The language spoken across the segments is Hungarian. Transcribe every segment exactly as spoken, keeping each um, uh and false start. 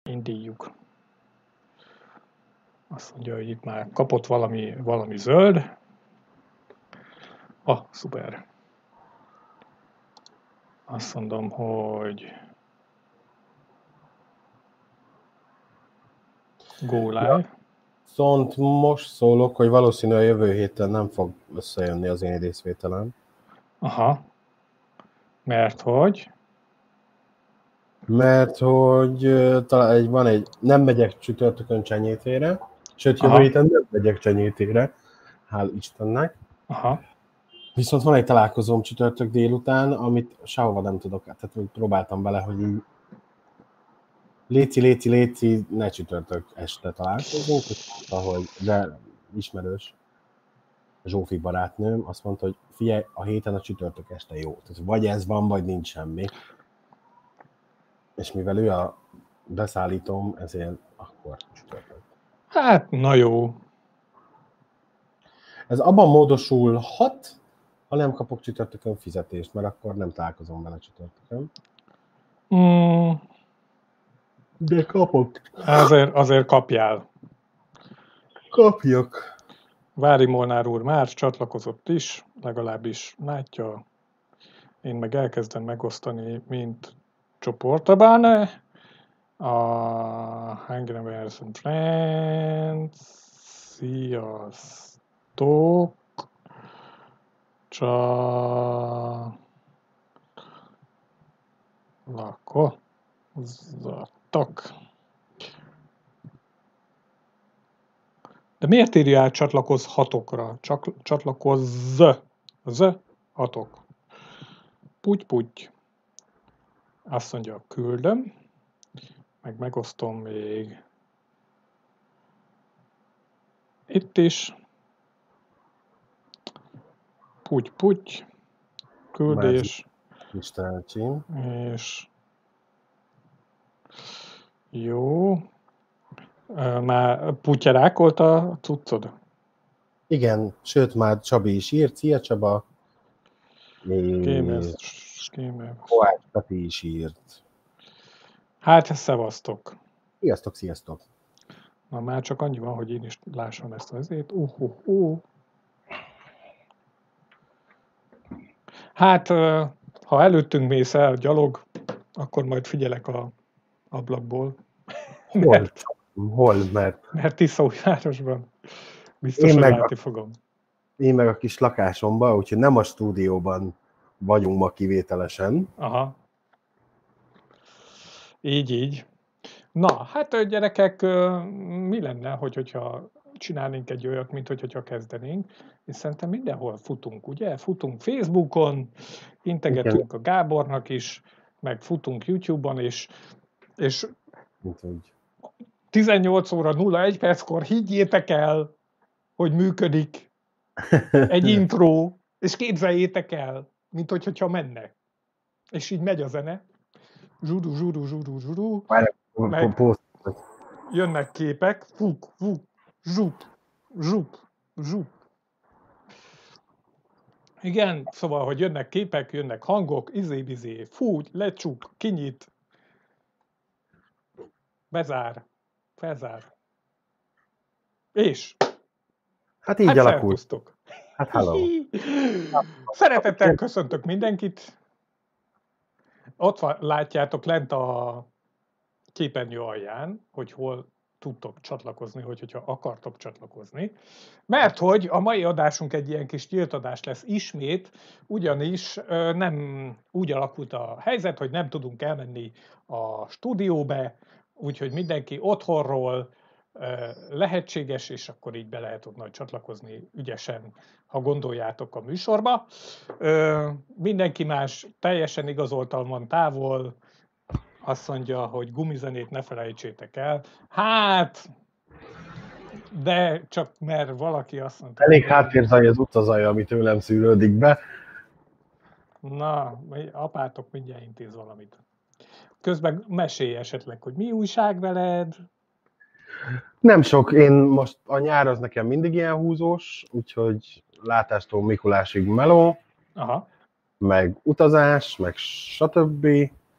Indíjuk. Azt mondja, hogy itt már kapott valami, valami zöld. Ah, szuper. Azt mondom, hogy go live. Ja. Viszont most szólok, hogy valószínűleg a jövő héten nem fog összejönni az én részvételem. Aha. Mert hogy? Mert hogy uh, talán egy, van egy, nem megyek csütörtökön Csenyétére, sőt jövő Aha. héten nem megyek Csenyétére, hál' Istennek. Aha. Viszont van egy találkozóm csütörtök délután, amit sehova nem tudok, tehát próbáltam vele, hogy így léci, léci, léci, ne csütörtök este találkozunk, ahogy, de ismerős Zsófi barátnőm azt mondta, hogy figyelj, a héten a csütörtök este jó. Tehát vagy ez van, vagy nincs semmi. És mivel ő a beszállítóm, ezért akkor csütörtök. Hát, na jó. Ez abban módosulhat, ha nem kapok csütörtökön fizetést, mert akkor nem találkozom vele csütörtökön. Mm. De kapok. Azért, azért kapjál. Kapjak. Vári Molnár úr már csatlakozott is, legalábbis látja. Én meg elkezdem megosztani, mint csoportban. A Hungarians and Friends. Sziasztok. Csatlakozzatok. De miért írja át csatlakozhatokra? Csak csatlakozz. Z. Hatok. Puty-puty. Azt mondja, küldöm. Meg megosztom még itt is. Puty-puty. Küldés. Istencsim. És jó. Már Putya rákolt a cuccod? Igen, sőt már Csabi is írt, szia Csaba. Kémez, kémez. Kovács Peti is írt. Hát, szevasztok. Sziasztok, sziasztok. Na már csak annyi van, hogy én is lássam ezt az ezért. Uh, uh, uh. Hát, ha előttünk mész el gyalog, akkor majd figyelek a ablakból. Hol? Mert, Hol? Mert, mert Tiszaújvárosban biztos, én hogy meg látni a, fogom. Én meg a kis lakásomban, úgyhogy nem a stúdióban vagyunk ma kivételesen. Aha. Így, így. Na, hát gyerekek, mi lenne, hogy, hogyha csinálnénk egy olyat, mint hogy, hogyha kezdenénk, és szerintem mindenhol futunk, ugye? Futunk Facebookon, integetünk Igen. a Gábornak is, meg futunk YouTube-on, és, és tizennyolc óra nulla egy perckor higgyétek el, hogy működik egy intro, és képzeljétek el, mint hogy, hogyha menne. És így megy a zene. Zsuru, zsuru, zsuru, zsuru. Meg jönnek képek, fuk, fuk, zsup, zsup, zsup. Igen, szóval, hogy jönnek képek, jönnek hangok, izé-bizé, fúgy, lecsuk, kinyit, bezár, felzár. És? Hát így hát alakult. Hát hello. Szeretettel köszöntök mindenkit. Ott van, látjátok lent a képernyő alján, hogy hol tudtok csatlakozni, hogy, hogyha akartok csatlakozni. Mert hogy a mai adásunk egy ilyen kis nyílt adás lesz ismét, ugyanis ö, nem úgy alakult a helyzet, hogy nem tudunk elmenni a stúdióbe, úgyhogy mindenki otthonról ö, lehetséges, és akkor így be lehet ott majd csatlakozni ügyesen, ha gondoljátok a műsorba. Ö, mindenki más teljesen igazoltan van távol, azt mondja, hogy gumizenét ne felejtsétek el. Hát, de csak mert valaki azt mondta... Elég háttérzaj az utazaj, ami tőlem szűrődik be. Na, apátok mindjárt intéz valamit. Közben mesélj esetleg, hogy mi újság veled? Nem sok. Én most a nyár az nekem mindig ilyen húzós, úgyhogy látástól Mikulásig meló, Aha. meg utazás, meg stb.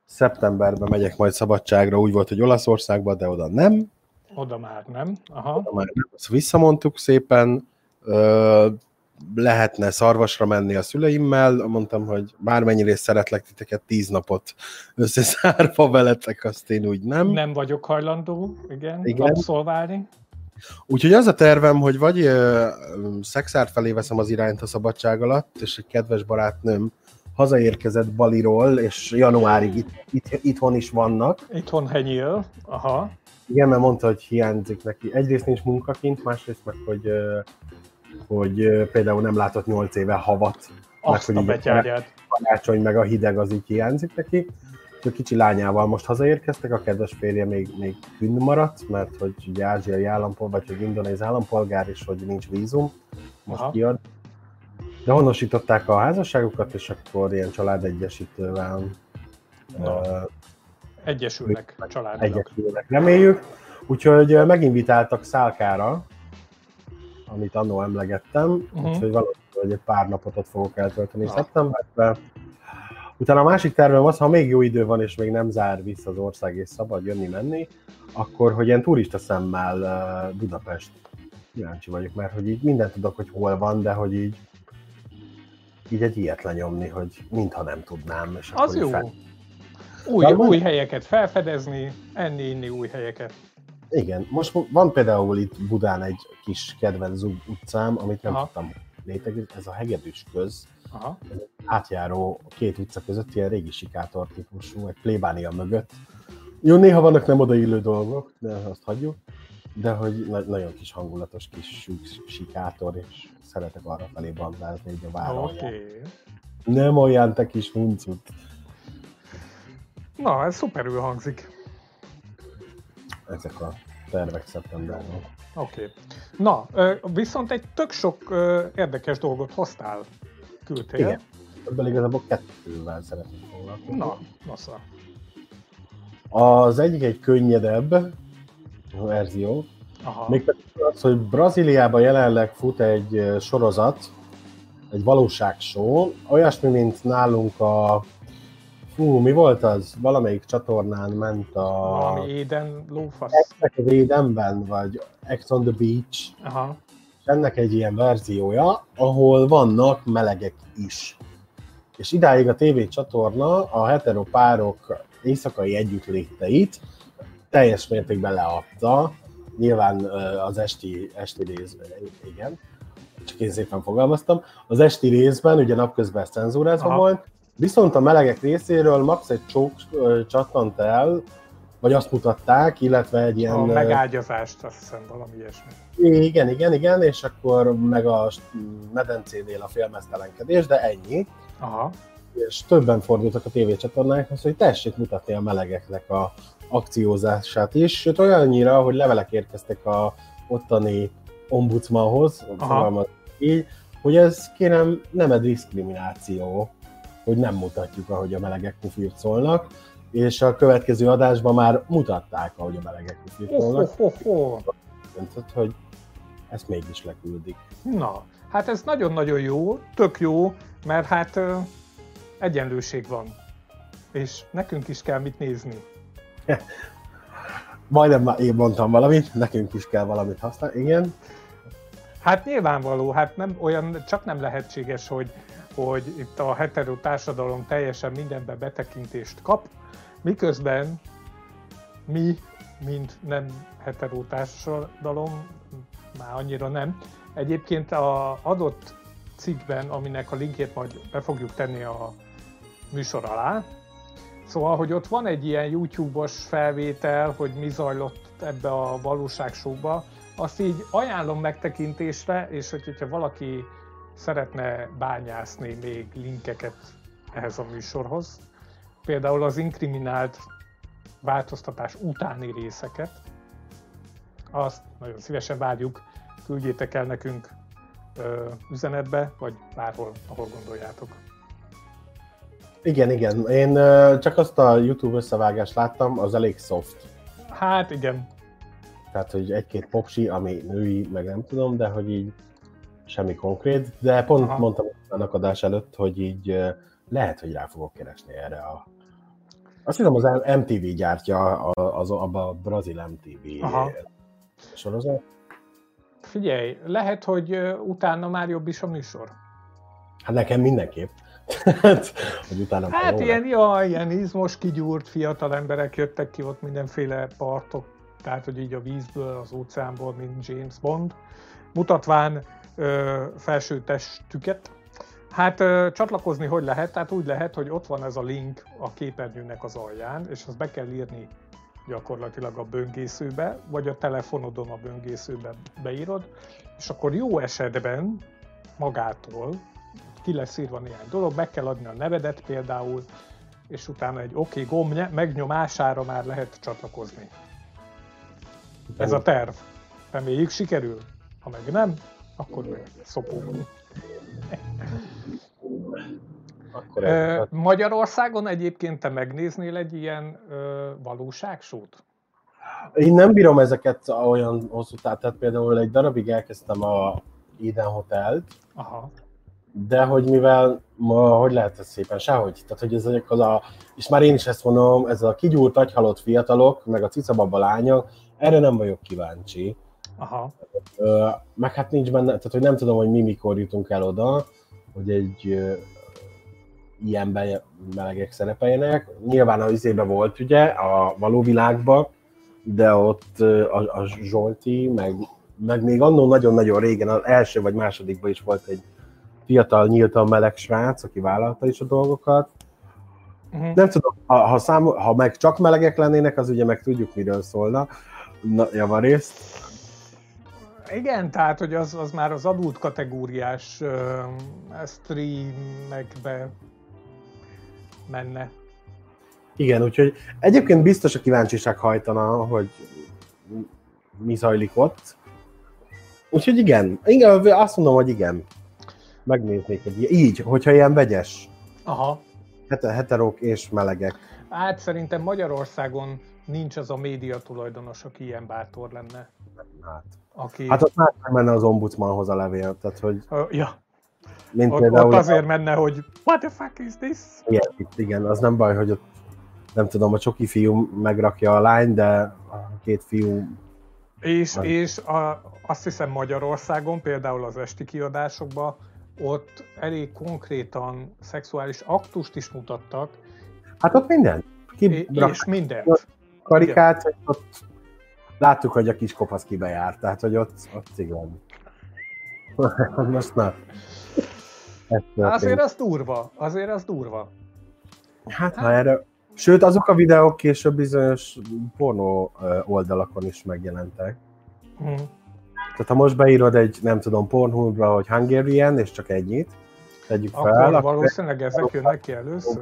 szeptemberben megyek majd szabadságra, úgy volt, hogy Olaszországba, de oda nem. Oda már nem. Aha. Oda már nem. Azt visszamondtuk szépen. Ö, lehetne szarvasra menni a szüleimmel, mondtam, hogy bármennyire szeretlek titeket, tíz napot összeszárva veletek, azt én úgy nem. Nem vagyok hajlandó, igen, igen. abszolválni. Úgyhogy az a tervem, hogy vagy uh, Szexárd felé veszem az irányt a szabadság alatt, és egy kedves barátnőm hazaérkezett Baliról, és januárig itt, itt, itthon is vannak. Itthon henyél, aha. Igen, mert mondta, hogy hiányzik neki. Egyrészt nincs munkakint, másrészt meg, hogy, uh, hogy uh, például nem látott nyolc éve havat. Azt meg, a hogy betyárját. A karácsony meg a hideg az így hiányzik neki. A kicsi lányával most hazaérkeztek, a kedves férje még, még künn maradt, mert hogy ugye ázsiai állampolgár, vagy hogy indonéz állampolgár, és hogy nincs vízum, most aha. kiad. De honosították a házasságukat, és akkor ilyen családegyesítővel no. uh, egyesülnek a családok. Egyesülnek, reméljük. Úgyhogy meginvitáltak Szálkára, amit annó emlegettem, uh-huh. úgyhogy valószínűleg egy pár napot ott fogok eltölteni uh-huh. szeptemberben. Utána a másik tervem az, ha még jó idő van, és még nem zár vissza az ország, és szabad jönni-menni, akkor, hogy ilyen turista szemmel uh, Budapest. Kíváncsi vagyok, mert hogy így mindent tudok, hogy hol van, de hogy így, így egy ilyet lenyomni, hogy mintha nem tudnám. És az jó. Fel... Új, új helyeket felfedezni, enni, inni új helyeket. Igen, most van például itt Budán egy kis kedvenc utcám, amit nem aha. tudtam létezni, ez a Hegedűs köz. Aha. Ez átjáró két utca között, ilyen régi sikátor típusú, egy plébánia mögött. Jó, néha vannak nem odaillő dolgok, de azt hagyjuk, de hogy na- nagyon kis hangulatos kis sikátor, és szeretek arra felé bandázni, így a váron. Okay. Nem olyan te kis huncut. Na, ez szuperül hangzik. Ezek a tervek szeptemberben. Oké. Okay. Na, viszont egy tök sok érdekes dolgot hoztál, küldtél. Igen. Ebből igazából kettővel szeretnék foglalkozni. Na, nosza. Az egyik egy könnyedebb verzió. Aha. Mégpedig az, hogy Brazíliában jelenleg fut egy sorozat, egy valóságshow, olyasmi, mint nálunk a... Fú, mi volt az? Valamelyik csatornán ment a... Valami Éden lófasz. Exek az Édenben, vagy Ex on the Beach. Aha. Ennek egy ilyen verziója, ahol vannak melegek is. És idáig a tévécsatorna a heteropárok éjszakai együttléteit teljes mértékben leadta. Nyilván az esti, esti részben, igen, csak én szépen fogalmaztam. Az esti részben, ugye napközben ez cenzúrázva volt, viszont a melegek részéről max egy csók csattant el, vagy azt mutatták, illetve egy ilyen... A megágyazást, azt hiszem, valami ilyesmi. Igen, igen, igen, és akkor meg a medencénél a félmeztelenkedés, de ennyi. Aha. És többen fordultak a tévécsatornákhoz, hogy tessék mutatni a melegeknek a akciózását is, sőt olyannyira, hogy levelek érkeztek a ottani ombudsmanhoz, így, hogy ez kérem nem egy diszkrimináció, hogy nem mutatjuk, ahogy a melegek pufirt szólnak, és a következő adásban már mutatták, ahogy a melegek pufirt szólnak. Oh, oh, oh, oh. Hogy ezt mégis leküldik. Na, hát ez nagyon-nagyon jó, tök jó, mert hát ö, egyenlőség van, és nekünk is kell mit nézni. Majdnem már én mondtam valamit, nekünk is kell valamit használni, igen. Hát nyilvánvaló, hát nem olyan, csak nem lehetséges, hogy, hogy itt a hetero társadalom teljesen mindenbe betekintést kap, miközben mi, mint nem hetero társadalom, már annyira nem. Egyébként az adott cikkben, aminek a linkjét majd be fogjuk tenni a műsor alá, szóval, hogy ott van egy ilyen YouTube-os felvétel, hogy mi zajlott ebbe a valóságshow-ba, azt így ajánlom megtekintésre, és hogyha valaki szeretne bányászni még linkeket ehhez a műsorhoz, például az inkriminált változtatás utáni részeket, azt nagyon szívesen várjuk, küldjétek el nekünk ö, üzenetbe, vagy bárhol, ahol gondoljátok. Igen, igen. Én ö, csak azt a YouTube összevágást láttam, az elég soft. Hát igen. Tehát, hogy egy-két popsi, ami női, meg nem tudom, de hogy így semmi konkrét. De pont aha. mondtam a adás előtt, hogy így ö, lehet, hogy rá fogok keresni erre a Azt hiszem az em té vé gyártja az, abba a brazil em té vé Aha. sorozat. Figyelj, lehet, hogy utána már jobb is a műsor. Hát nekem mindenképp. hogy utána hát ilyen, jaj, ilyen izmos, kigyúrt fiatal emberek jöttek ki ott mindenféle partok, tehát hogy így a vízből, az óceánból, mint James Bond, mutatván ö, felső testüket. Hát ö, csatlakozni hogy lehet? Tehát úgy lehet, hogy ott van ez a link a képernyőnek az alján, és azt be kell írni gyakorlatilag a böngészőbe, vagy a telefonodon a böngészőbe beírod, és akkor jó esetben magától ki lesz írva néhány dolog, meg kell adni a nevedet például, és utána egy oké okay gomb megnyomására már lehet csatlakozni. Ez a terv. Reméljük sikerül. Ha meg nem, akkor szopunk. Akkor Ö, Magyarországon egyébként te megnéznél egy ilyen ö, valóságsót? Én nem bírom ezeket olyan hosszú távon, tehát például egy darabig elkezdtem a Eden Hotelt, Aha. de hogy mivel, ma, hogy lehet ez szépen, sehogy, tehát hogy ezek az a, és már én is ezt mondom, ez a kigyúrt, agyhalott fiatalok, meg a cicababba lányok, erre nem vagyok kíváncsi. Aha. Ö, meg hát nincs benne, tehát hogy nem tudom, hogy mi mikor jutunk el oda, hogy egy ö, ilyenben melegek szerepeljenek. Nyilván az izébe volt ugye, a való világban, de ott a, a Zsolti, meg, meg még annól nagyon-nagyon régen, az első vagy másodikban is volt egy fiatal, nyíltan meleg srác, aki vállalta is a dolgokat. Uh-huh. Nem tudom, ha, ha, szám, ha meg csak melegek lennének, az ugye meg tudjuk, miről szólna. Na, javarészt. Igen, tehát, hogy az, az már az adult kategóriás uh, streamekbe menne. Igen, úgyhogy egyébként biztos a kíváncsiság hajtana, hogy mi zajlik ott. Úgyhogy igen, igen, azt mondom, hogy igen. Megnéznék egy ilyen. Így, hogyha ilyen vegyes. Aha. Heterók és melegek. Hát szerintem Magyarországon nincs az a média tulajdonos, aki ilyen bátor lenne. Hát, aki... hát ott már menne az ombudsmanhoz a levél, tehát hogy... Uh, ja. Mint ott, például, ott azért a... menne, hogy what the fuck is this? Igen, igen, az nem baj, hogy ott nem tudom, a csoki fiú megrakja a lány, de a két fiú... És, és a, azt hiszem Magyarországon, például az esti kiadásokban, ott elég konkrétan szexuális aktust is mutattak. Hát ott minden. Ki és mindent. Karikát, igen. Ott láttuk, hogy a kis kopasz kibe járt, tehát hogy ott, ott igen. Most na. Azért az durva, azért az durva. Hát, hát. Ha erre... Sőt, azok a videók később bizonyos pornó oldalakon is megjelentek. Hmm. Tehát ha most beírod egy, nem tudom, Pornhubra, hogy Hungarian, és csak ennyit, tegyük fel. Akkor valószínűleg ezek jönnek ki először?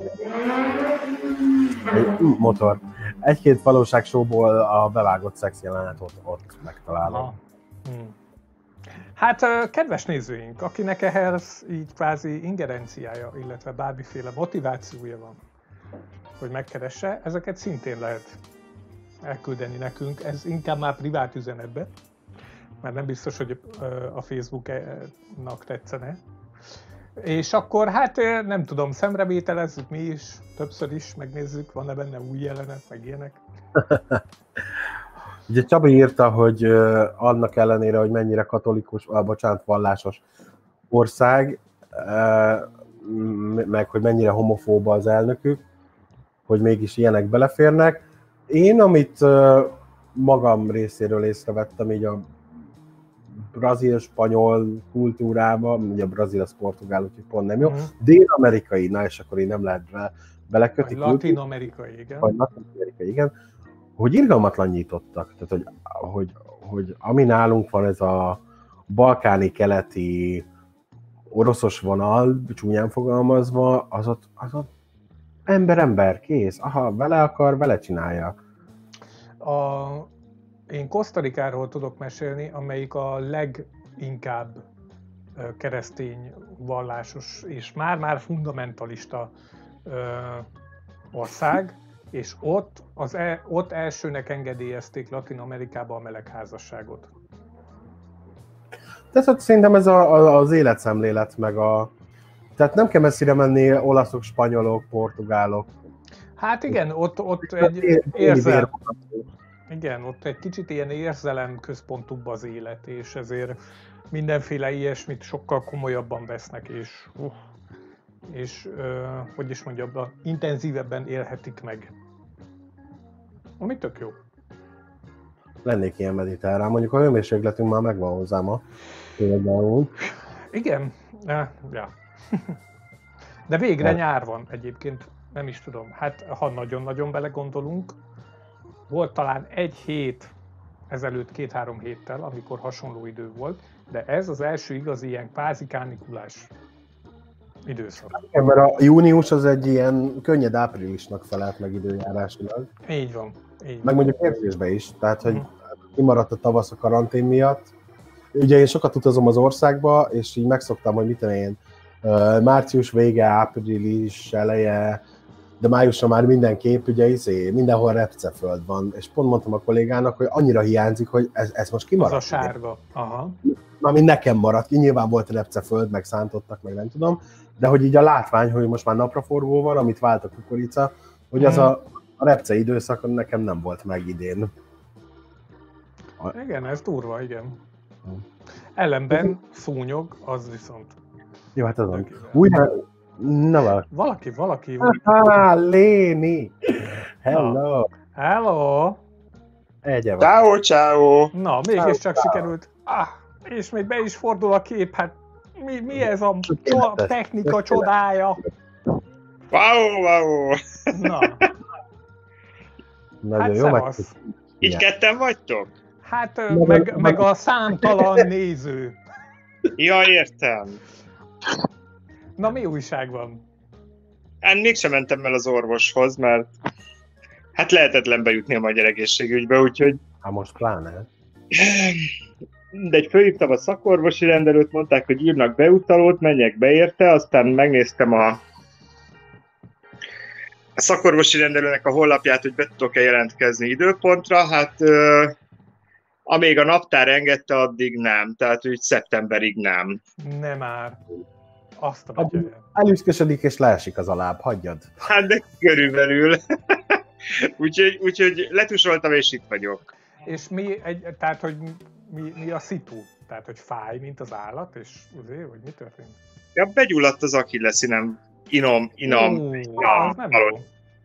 Motor. Egy-két valóságsóból a bevágott szex jelenet ott, ott megtalálom. Hmm. Hát, kedves nézőink, akinek ehhez így kvázi ingerenciája, illetve bármiféle motivációja van, hogy megkeresse, ezeket szintén lehet elküldeni nekünk. Ez inkább már privát üzenetbe, mert nem biztos, hogy a Facebooknak tetszene. És akkor hát nem tudom, szemrevételezzük mi is, többször is megnézzük, van-e benne új jelenet, meg ilyenek. Ugye Csabi írta, hogy uh, annak ellenére, hogy mennyire katolikus, ah, bocsánat, vallásos ország, uh, meg hogy mennyire homofób az elnökük, hogy mégis ilyenek beleférnek. Én, amit uh, magam részéről észrevettem így a brazil-spanyol kultúrában, ugye a brazil az portugál, úgyhogy pont nem jó, mm. dél-amerikai, na és akkor így nem lehet be, belekötni. Vagy latin-amerikai, igen. Vagy latin-amerikai, igen. Hogy irgalmatlan nyitottak, tehát hogy, hogy, hogy ami nálunk van ez a balkáni, keleti, oroszos vonal, csúnyán fogalmazva, az ott, az ott ember-ember, kész. Aha, vele akar, vele csinálja. A, én Kosztarikáról tudok mesélni, amelyik a leginkább keresztény, vallásos és már-már fundamentalista ö, ország, és ott, az el, ott elsőnek engedélyezték Latin-Amerikában a melegházasságot. Tehát ott szerintem ez a, a, az életszemlélet, meg a... Tehát nem kell messzire menni olaszok, spanyolok, portugálok. Hát igen, ott, ott egy érzel... Igen, ott egy kicsit ilyen érzelem központúbb az élet, és ezért mindenféle ilyesmit sokkal komolyabban vesznek, és, uh, és uh, hogy is mondjam, intenzívebben élhetik meg. Ami tök jó. Lennék ilyen mediterrán, mondjuk a hőmérsékletünk már megvan hozzá ma. Például. Igen, ja. De végre hát. Nyár van egyébként, nem is tudom. Hát ha nagyon-nagyon belegondolunk, volt talán egy hét ezelőtt, két-három héttel, amikor hasonló idő volt, de ez az első igazi ilyen kvázi kánikulás időszak. Igen, mert a június az egy ilyen könnyed áprilisnak felelt meg időjárásilag. Így van. Így meg mondjuk érzésben is, tehát hogy uh-huh. kimaradt a tavasz a karantén miatt. Ugye én sokat utazom az országba, és így megszoktam, hogy mit tudom én, március vége, április eleje, de májusra már mindenképp, ugye izé, mindenhol repceföld van, és pont mondtam a kollégának, hogy annyira hiányzik, hogy ez, ez most kimaradt. Az a sárga. Aha. Mármint nekem maradt, nyilván volt repceföld, meg szántottak, meg nem tudom, de hogy így a látvány, hogy most már napraforgó van, amit vált a kukorica, hogy az a, a repce időszak nekem nem volt meg idén. Igen, ez durva, igen. Ellenben szúnyog, az viszont... Jó, hát azon. Újra... Na valaki. Valaki, valaki. Ah, Léni! Hello! Na. Hello! Egyem. Ciao, ciao! Na, mégiscsak sikerült. Ah, és még be is fordul a kép, hát mi, mi ez a csoda, technika csodája? Wow, wow! Na. Nagyon hát jó, meg... Így ketten vagytok? Hát, meg, meg, meg a számtalan néző. Ja, értem. Na, mi újság van? Én mégsem mentem el az orvoshoz, mert hát lehetetlen bejutni a magyar egészségügybe, úgyhogy... Hát most pláne. De egy fölhívtam a szakorvosi rendelőt, mondták, hogy írnak beutalót, menjek be érte, aztán megnéztem a, a szakorvosi rendelőnek a honlapját, hogy be tudok-e jelentkezni időpontra, hát euh, amíg a naptár engedte, addig nem, tehát úgy szeptemberig nem. Nem már. Azt a elüszkösödik és leesik az a láb, hagyjad. Hát de körülbelül. úgyhogy, úgyhogy letusoltam és itt vagyok. És mi, egy, tehát hogy mi, mi a szitu? Tehát, hogy fáj, mint az állat, és azért, hogy mi történt? Ja, begyulladt az achilleszinem, inom, inom. Ó, ja, az nem jó.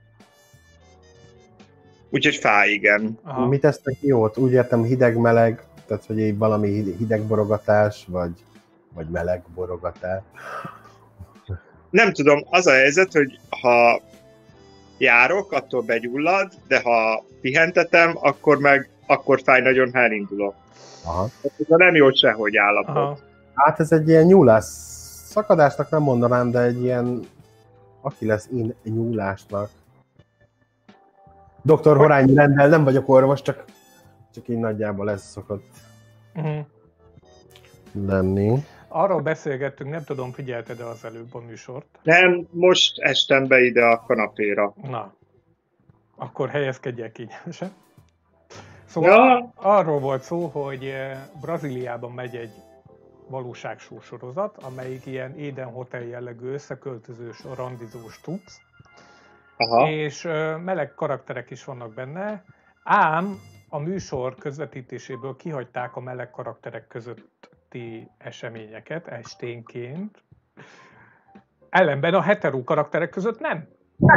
Úgyhogy fáj, igen. Aha. Mit tesztek jót? Úgy értem hideg-meleg, tehát hogy egy valami hidegborogatás, vagy, vagy meleg borogatás? Nem tudom, az a helyzet, hogy ha járok, attól begyullad, de ha pihentetem, akkor meg akkor fáj nagyon, ha elindulok. Aha. Ez nem jó sehogy állapot. Aha. Hát ez egy ilyen nyúlás szakadásnak nem mondanám, de egy ilyen Achilles in nyúlásnak. doktor Horányi rendel, nem vagyok orvos, csak, csak így nagyjából ez szokott uh-huh. lenni. Arról beszélgettünk, nem tudom, figyelted-e az előbb a műsort? Nem, most estem be ide a kanapéra. Na, akkor helyezkedjél kényelmesen. Szóval ja. arról volt szó, hogy Brazíliában megy egy valóságshow sorozat, amelyik ilyen Eden Hotel jellegű összeköltözős, randizós tudsz. Aha. És meleg karakterek is vannak benne, ám a műsor közvetítéséből kihagyták a meleg karakterek közötti eseményeket esténként. Ellenben a hetero karakterek között nem.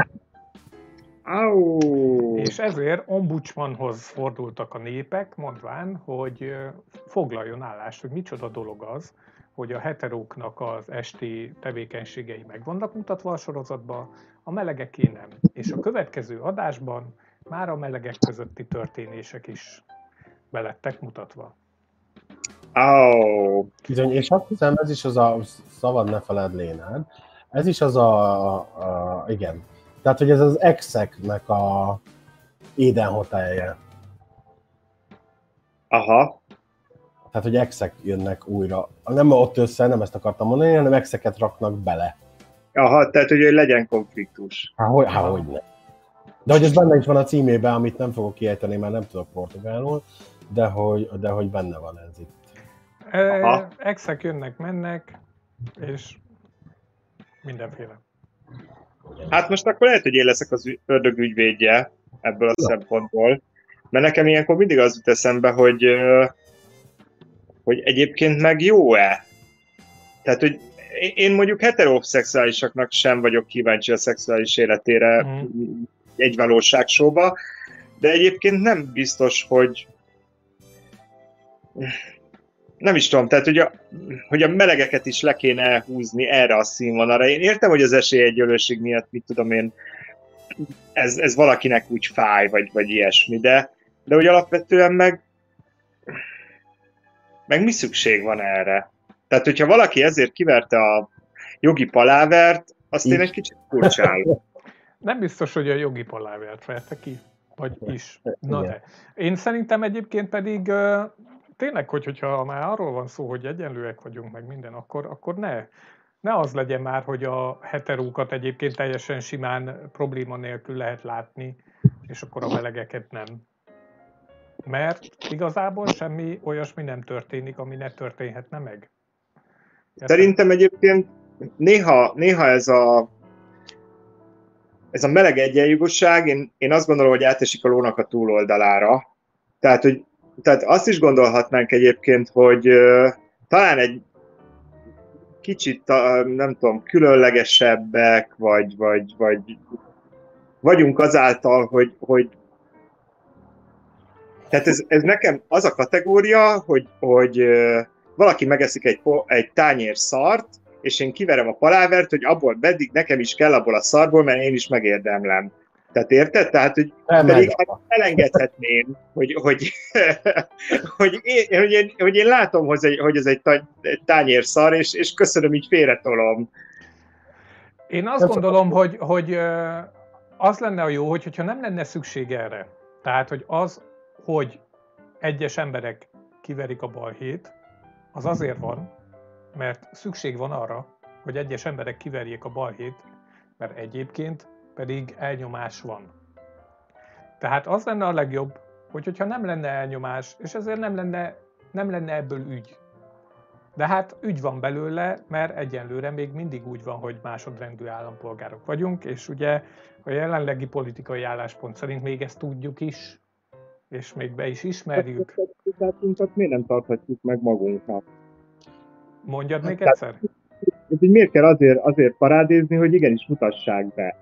Au. És ezért ombudsmanhoz fordultak a népek, mondván, hogy foglaljon állást, hogy micsoda dolog az, hogy a heteróknak az esti tevékenységei meg vannak mutatva a sorozatban, a melegeké nem. És a következő adásban már a melegek közötti történések is belettek mutatva. Oh. Bizony, és azt hiszem, ez is az a, szabad ne feled Lénád, ez is az a, a, igen, tehát, hogy ez az exeknek a Eden Hotelje. Aha. Tehát, hogy exek jönnek újra. Nem ott össze, nem ezt akartam mondani, hanem exeket raknak bele. Aha, tehát, hogy legyen konfliktus. Há, hogy, há, hogy ne. De hogy ez benne is van a címében, amit nem fogok kiejteni, mert nem tudok portugálul, de hogy, de hogy benne van ez itt. E, exek jönnek, mennek, és mindenféle. Hát most akkor lehet, hogy én leszek az ördög ügyvédje ebből a ja. szempontból, mert nekem ilyenkor mindig az jut eszembe, hogy, hogy egyébként meg jó-e? Tehát, hogy én mondjuk heteroszexuálisaknak sem vagyok kíváncsi a szexuális életére mm. egy valóságsóba, de egyébként nem biztos, hogy nem is tudom, tehát hogy a, hogy a melegeket is le kéne húzni erre a színvonalra. Én értem, hogy az esélyegyenlőség miatt, mit tudom én, ez, ez valakinek úgy fáj, vagy, vagy ilyesmi, de, de hogy alapvetően meg meg mi szükség van erre? Tehát, hogyha valaki ezért kiverte a jogi palávert, azt én egy kicsit furcsálom. Nem biztos, hogy a jogi palávert verte ki, vagy is. Na de. Én szerintem egyébként pedig tényleg, hogy, hogyha már arról van szó, hogy egyenlőek vagyunk, meg minden, akkor, akkor ne, ne az legyen már, hogy a heterókat egyébként teljesen simán probléma nélkül lehet látni, és akkor a melegeket nem. Mert igazából semmi olyasmi nem történik, ami ne történhetne meg. Szerintem egyébként néha, néha ez a ez a meleg egyenjogúság, én, én azt gondolom, hogy átesik a lónak a túloldalára. Tehát, hogy, tehát azt is gondolhatnánk egyébként, hogy uh, talán egy kicsit, uh, nem tudom, különlegesebbek, vagy, vagy, vagy vagyunk azáltal, hogy, hogy tehát ez, ez nekem az a kategória, hogy, hogy uh, valaki megeszik egy, egy tányér szart, és én kiverem a palávert, hogy abból meddig nekem is kell abból a szarból, mert én is megérdemlem. Tehát érted? Tehát, hogy pedig hát elengedhetném, hogy, hogy, hogy, én, hogy, én, hogy én látom, hogy ez egy tányér szar, és, és köszönöm, így félretolom. Én azt gondolom, hogy, hogy az lenne a jó, hogyha nem lenne szükség erre. Tehát, hogy az, hogy egyes emberek kiverik a balhét, az azért van, mert szükség van arra, hogy egyes emberek kiverjék a balhét, mert egyébként pedig elnyomás van. Tehát az lenne a legjobb, hogy, hogyha nem lenne elnyomás, és ezért nem lenne, nem lenne ebből ügy. De hát ügy van belőle, mert egyenlőre még mindig úgy van, hogy másodrendű állampolgárok vagyunk, és ugye a jelenlegi politikai álláspont szerint még ezt tudjuk is, és még be is ismerjük. Tehát miért nem tarthatjuk meg magunknak? Mondjad még egyszer? Tehát, miért kell azért, azért parádézni, hogy igenis mutassák be?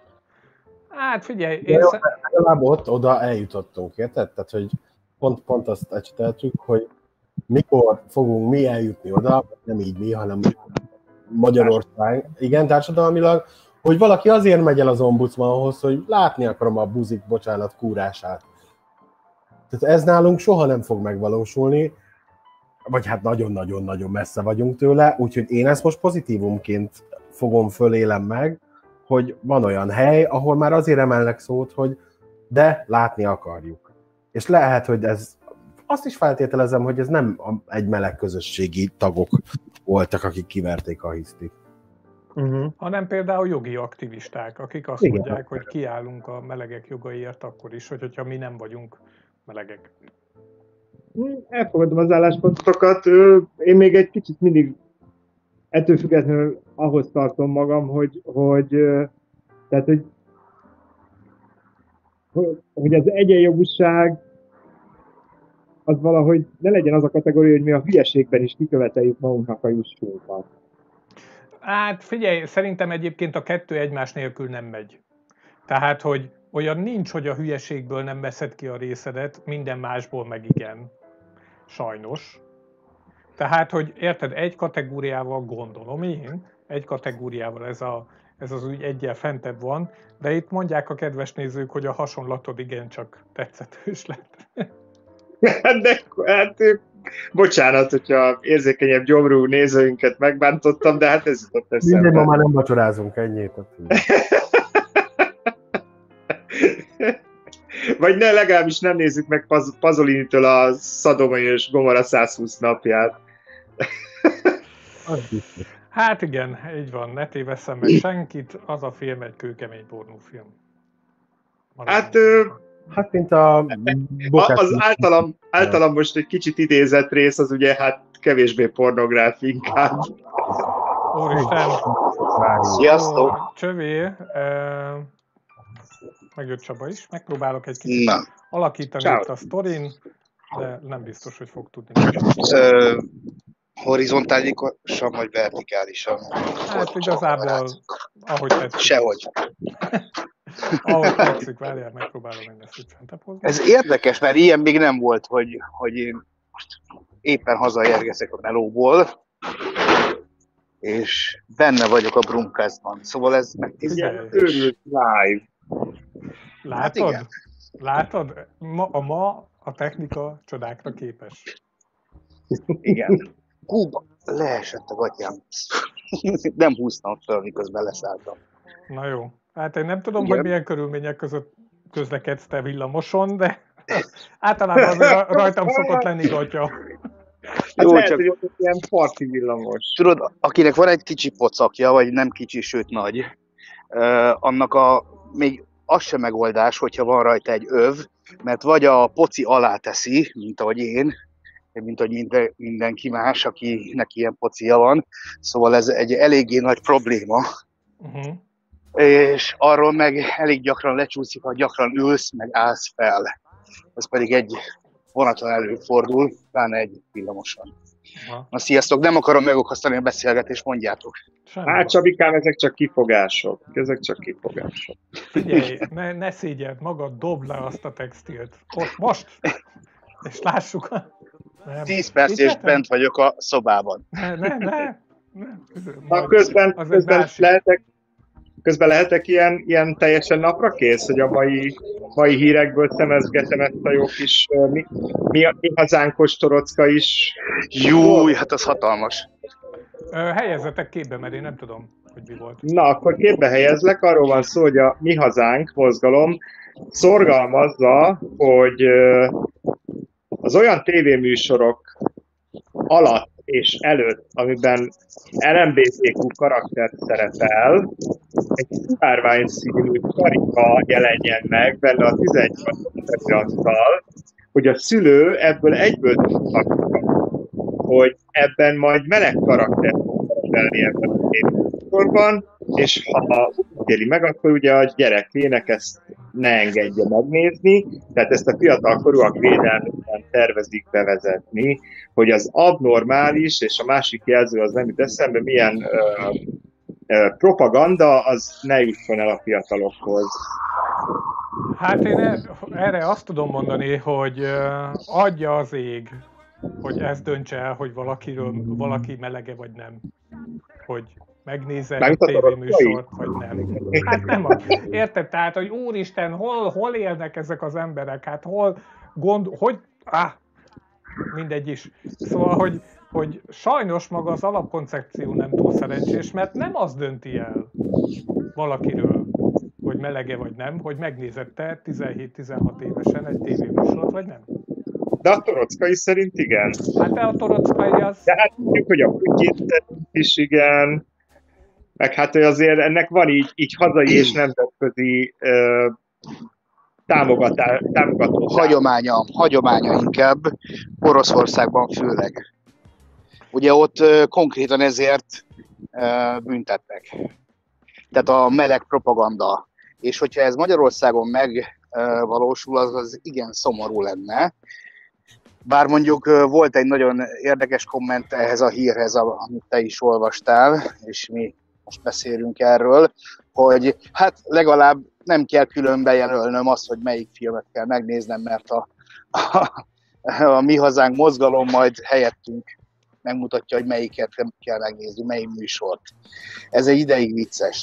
Hát figyelj, én... Jó, legalább ott oda eljutottunk, érted? Tehát, hogy pont, pont azt ecseteltük, hogy mikor fogunk mi eljutni oda, nem így mi, hanem Magyarország, igen, társadalmilag, hogy valaki azért megy el az ombudsmanhoz, hogy látni akarom a buzik, bocsánat, kúrását. Tehát ez nálunk soha nem fog megvalósulni, vagy hát nagyon-nagyon-nagyon messze vagyunk tőle, úgyhogy én ezt most pozitívumként fogom, fölélem meg, hogy van olyan hely, ahol már azért emelnek szót, hogy de látni akarjuk. És lehet, hogy ez, azt is feltételezem, hogy ez nem egy meleg közösségi tagok voltak, akik kiverték a hisztit. Uh-huh. Hanem például jogi aktivisták, akik azt igen. mondják, hogy kiállunk a melegek jogaiért akkor is, hogy, hogyha mi nem vagyunk melegek. Elfogadom az álláspontokat. Én még egy kicsit mindig ettől függetlenül ahhoz tartom magam, hogy, hogy, tehát, hogy, hogy az egyenjogúság az valahogy ne legyen az a kategória, hogy mi a hülyeségben is kiköveteljük magunknak a jussunkat. Hát figyelj, szerintem egyébként a kettő egymás nélkül nem megy. Tehát, hogy olyan nincs, hogy a hülyeségből nem veszed ki a részedet, minden másból meg igen. Sajnos. Tehát, hogy érted, egy kategóriával gondolom én, egy kategóriával ez, a, ez az ügy egyel fentebb van, de itt mondják a kedves nézők, hogy a hasonlatod igencsak tetszetős lett. De hát, bocsánat, hogyha érzékenyebb gyomrú nézőinket megbántottam, de hát ez jutott eszembe. Minden, ma már nem vacsorázunk ennyit. Vagy ne, legalábbis nem nézzük meg Paz- Pazolinitől a Szodoma és Gomorra százhúsz napját. Hát igen, így van, ne tévesszem meg senkit, az a film egy kőkemény pornófilm. Hát, ö, hát mint a... az általam, általam most egy kicsit idézett rész, az ugye hát kevésbé pornográf inkább. Úristen! Sziasztok! Ó, Csövé, uh, megjött Csaba is, megpróbálok egy kicsit Na. alakítani Ciao. itt a sztorin, de nem biztos, hogy fog tudni. Ö, horizontálisan vagy vertikálisan? Hát igazából, ahogy tetszik. Sehogy. Ahogy tetszik, várjál, megpróbálom én ezt itt fentebb hozni. Ez érdekes, mert ilyen még nem volt, hogy, hogy én most éppen hazaérgezek a melóból, és benne vagyok a Brumcastban. Szóval ez Ilyen őrült live. Látod? Hát igen. Látod? Ma, a ma a technika csodákra képes. Igen. Hú, leesett a gatyám. Nem húztam fel, miközben leszálltam. Na jó. Hát én nem tudom, Igen. hogy milyen körülmények között közlekedsz te villamoson, de általában azért rajtam szokott lenni gatya. Hát Jó, lehet, csak- hogy ott ilyen parti villamos. Tudod, akinek van egy kicsi pocakja, vagy nem kicsi, sőt nagy, uh, annak a, még az sem megoldás, hogyha van rajta egy öv, mert vagy a poci alá teszi, mint ahogy én, mint ahogy minden, mindenki más, akinek ilyen pocia van. Szóval ez egy eléggé nagy probléma, Uh-huh. és arról meg elég gyakran lecsúszik, ha gyakran ülsz, meg állsz fel. Ez pedig egy vonaton előfordul, pláne egy villamoson. Aha. Na sziasztok, nem akarom megokasztani a beszélgetést, mondjátok. Semmi Hát baj. Csabikám, ezek csak kifogások. Ezek csak kifogások. Figyelj, ne, ne szégyeld magad, dobd le azt a textilt. Ott, most! És lássuk. Nem. Tíz perc Itt és lehetem? bent vagyok a szobában. Ne, ne, ne. ne. Na, Majd- közben, az egy közben másik. lehetek, közben lehetek ilyen, ilyen teljesen napra kész, hogy a mai, mai hírekből szemezgetem ezt a jó kis uh, mi, mi, mi hazánkos torocka is. Júj, hát az hatalmas. Ö, Helyezzetek képbe, mert én nem tudom, hogy mi volt. Na, akkor képbe helyezlek, arról van szó, hogy a Mi Hazánk mozgalom szorgalmazza, hogy ö, az olyan tévéműsorok alatt és előtt, amiben el em bé té kú karakter szerepel, egy szivárvány színű karika jelenjen meg benne a tizennyolcas felirattal, hogy a szülő ebből egyből tudhatja, hogy ebben majd meleg karakter fog szerepelni ebben a tévéműsorban, és ha úgy éli meg, akkor ugye a gyerekének ezt ne engedje megnézni, tehát ezt a fiatalkorúak védelmében tervezik bevezetni, hogy az abnormális, és a másik jelző az nem jut eszembe, milyen ö, ö, propaganda, az ne jusson el a fiatalokhoz. Hát én e- erre azt tudom mondani, hogy ö, adja az ég, hogy ez döntse el, hogy valakiről, valaki melege vagy nem. Hogy megnézze egy Mármint a tévéműsort, vagy nem. Hát nem az. Érted? Tehát, hogy úristen, hol, hol élnek ezek az emberek? Hát hol gond... Hogy... Ah, mindegy is. Szóval, hogy, hogy sajnos maga az alapkoncepció nem túl szerencsés, mert nem az dönti el valakiről, hogy melege vagy nem, hogy megnézette tizenhét-tizenhat évesen egy tévéműsort, vagy nem. De a torockai szerint igen. Hát de a torockai az... De hát tudjuk, hogy a Putyin szerint is igen, meg hát hogy azért ennek van így, így hazai és nemzetközi ö, támogatá, támogató. Hagyománya, hagyománya inkább, Oroszországban főleg. Ugye ott ö, konkrétan ezért ö, büntetnek. Tehát a meleg propaganda. És hogyha ez Magyarországon megvalósul, az, az igen szomorú lenne. Bár mondjuk ö, volt egy nagyon érdekes komment ehhez a hírhez, amit te is olvastál, és mi most beszélünk erről, hogy hát legalább nem kell külön bejelölnöm azt, hogy melyik filmet kell megnéznem, mert a, a, a Mi Hazánk mozgalom majd helyettünk megmutatja, hogy melyiket kell megnézni, melyik műsort. Ez egy ideig vicces.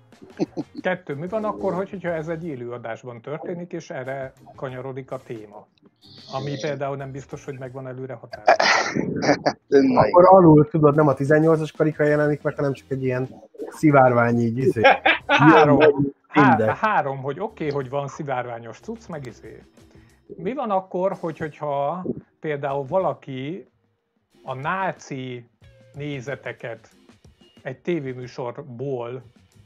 Kettő, mi van akkor, hogyha ez egy élőadásban történik, és erre kanyarodik a téma? Ami például nem biztos, hogy megvan előre határozva. Na, Akkor alul, tudod, nem a tizennyolcas karika jelenik meg, hanem csak egy ilyen szivárvány így. Izé. Három, há, Index. három, hogy oké, okay, hogy van szivárványos cucc, meg izé. Mi van akkor, hogy, hogyha például valaki a náci nézeteket egy tévéműsorból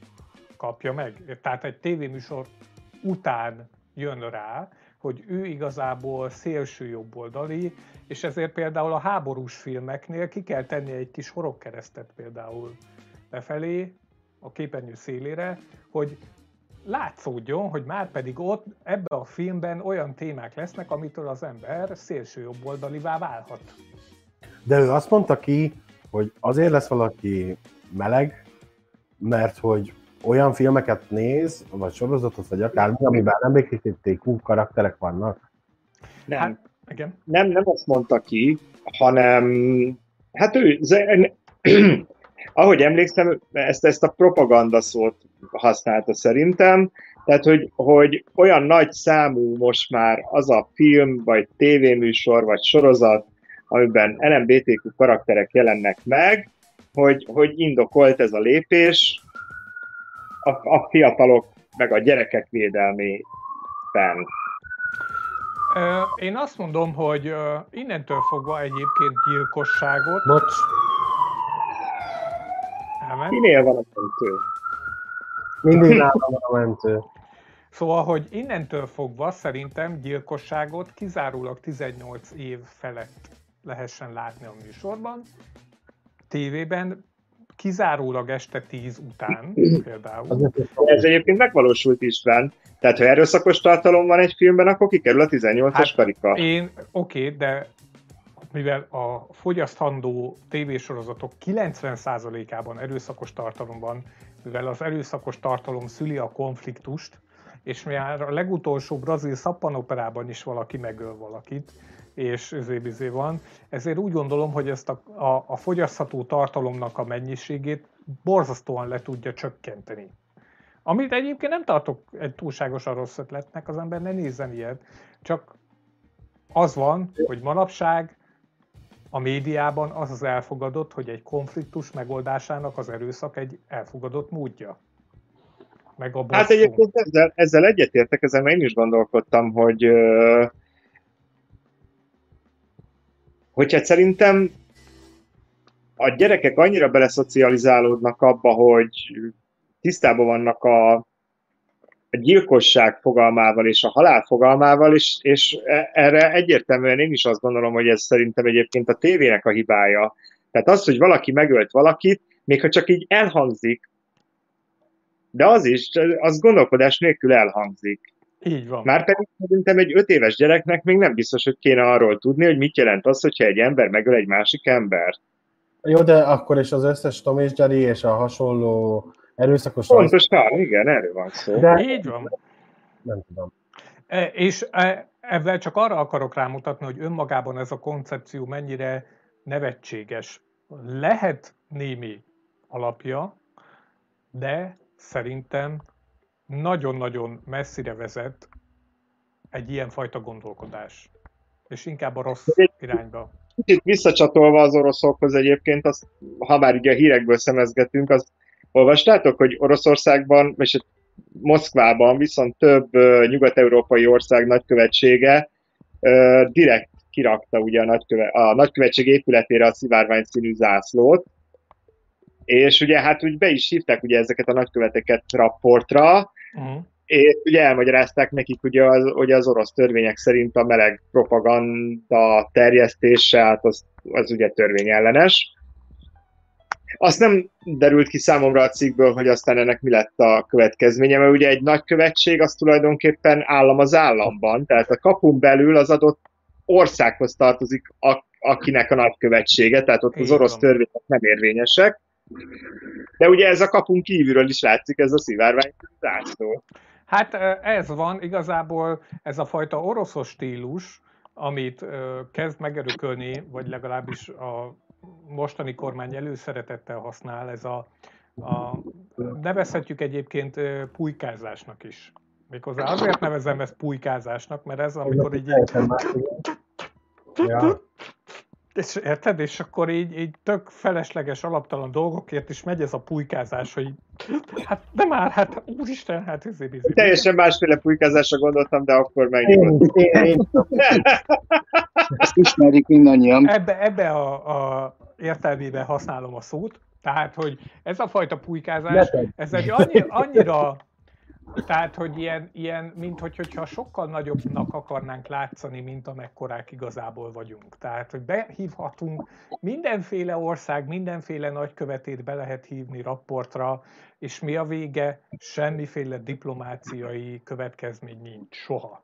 kapja meg? Tehát egy tévéműsor után jön rá, hogy ő igazából szélső jobboldali, és ezért például a háborús filmeknél ki kell tenni egy kis horogkeresztet például lefelé, a képernyő szélére, hogy látszódjon, hogy már pedig ott ebben a filmben olyan témák lesznek, amitől az ember szélső jobboldalivá válhat. De ő azt mondta ki, hogy azért lesz valaki meleg, mert hogy olyan filmeket néz, vagy sorozatot, vagy akármi, amiben el bé ká té kú karakterek vannak. Nem. Hát, igen. Nem, nem azt mondta ki, hanem hát ő, ahogy emlékszem, ezt, ezt a propaganda szót használta szerintem, tehát, hogy, hogy olyan nagy számú most már az a film, vagy tévéműsor, vagy sorozat, amiben el em bé té kú karakterek jelennek meg, hogy, hogy indokolt ez a lépés a, a fiatalok, meg a gyerekek védelmében. Én azt mondom, hogy innentől fogva egyébként gyilkosságot... Bocs. Elment. Kinél van a mentő? Mindig nálam van a mentő. Szóval, hogy innentől fogva szerintem gyilkosságot kizárólag tizennyolc év felett lehessen látni a műsorban. Tévében kizárólag este tíz után például. Ez egyébként megvalósult István. Tehát, ha erőszakos tartalom van egy filmben, akkor kikerül a tizennyolcas Hát karika. Én, oké, okay, de mivel a fogyaszthandó tévésorozatok kilencven százalékában erőszakos tartalom van, mivel az erőszakos tartalom szüli a konfliktust, és már a legutolsó brazil szappanoperában is valaki megöl valakit, és ezért van. Ezért úgy gondolom, hogy ezt a, a, a fogyasztható tartalomnak a mennyiségét borzasztóan le tudja csökkenteni. Amit egyébként nem tartok egy túlságosan rossz ötletnek, az ember ne nézzen ilyet, csak az van, hogy manapság a médiában az az elfogadott, hogy egy konfliktus megoldásának az erőszak egy elfogadott módja. Meg a hát egyébként ezzel, ezzel egyetértek, ezen én is gondolkodtam, hogy hogy hát szerintem a gyerekek annyira beleszocializálódnak abba, hogy tisztában vannak a, a gyilkosság fogalmával és a halál fogalmával, és, és erre egyértelműen én is azt gondolom, hogy ez szerintem egyébként a tévének a hibája. Tehát az, hogy valaki megölt valakit, még ha csak így elhangzik, de az is, az gondolkodás nélkül elhangzik. Így van. Márpedig szerintem egy öt éves gyereknek még nem biztos, hogy kéne arról tudni, hogy mit jelent az, hogyha egy ember megöl egy másik embert. Jó, de akkor is az összes Tom és Jerry és a hasonló erőszakos... Pontosan, igen, erről van szó. De... Így van. Nem tudom. E, és e, ezzel csak arra akarok rámutatni, hogy önmagában ez a koncepció mennyire nevetséges. Lehet némi alapja, de szerintem nagyon-nagyon messzire vezet egy ilyenfajta gondolkodás. És inkább a rossz irányba. Itt visszacsatolva az oroszokhoz egyébként, azt, ha már ugye a hírekből szemezgetünk, azt olvastátok, hogy Oroszországban, és Moszkvában viszont több uh, nyugat-európai ország nagykövetsége uh, direkt kirakta ugye a, nagyköve, a nagykövetség épületére a szivárvány színű zászlót, és ugye hát úgy be is hívták ugye ezeket a nagyköveteket rapportra, uh-huh. és ugye elmagyarázták nekik, ugye az, ugye az orosz törvények szerint a meleg propaganda terjesztése, hát az, az ugye törvényellenes. Azt nem derült ki számomra a cikkből, hogy aztán ennek mi lett a következménye, mert ugye egy nagykövetség az tulajdonképpen állam az államban, tehát a kapun belül az adott országhoz tartozik, a, akinek a nagykövetsége, tehát ott az orosz törvények nem érvényesek. De ugye ez a kapun kívülről is látszik, ez a szivárvány zászló. Hát ez van, igazából ez a fajta oroszos stílus, amit kezd megörökölni, vagy legalábbis a mostani kormány előszeretettel használ, ez a, a nevezhetjük egyébként pulykázásnak is. Méghozzá azért nevezem ezt pulykázásnak, mert ez amikor így... így ja. És érted? És akkor így, így tök felesleges, alaptalan dolgokért is megy ez a pulykázás, hogy hát de már, hát úristen, hát ez bizony. Teljesen másféle pulykázásra gondoltam, de akkor megnyugodt. Ezt ismerik mindannyian. Ebbe, ebbe a, a értelmében használom a szót, tehát, hogy ez a fajta pulykázás, ez egy annyi, annyira, Tehát, hogy ilyen, ilyen mint hogy, hogyha sokkal nagyobbnak akarnánk látszani, mint amekkorák igazából vagyunk. Tehát, hogy behívhatunk mindenféle ország, mindenféle nagykövetét be lehet hívni rapportra, és mi a vége? Semmiféle diplomáciai következmény nincs, soha.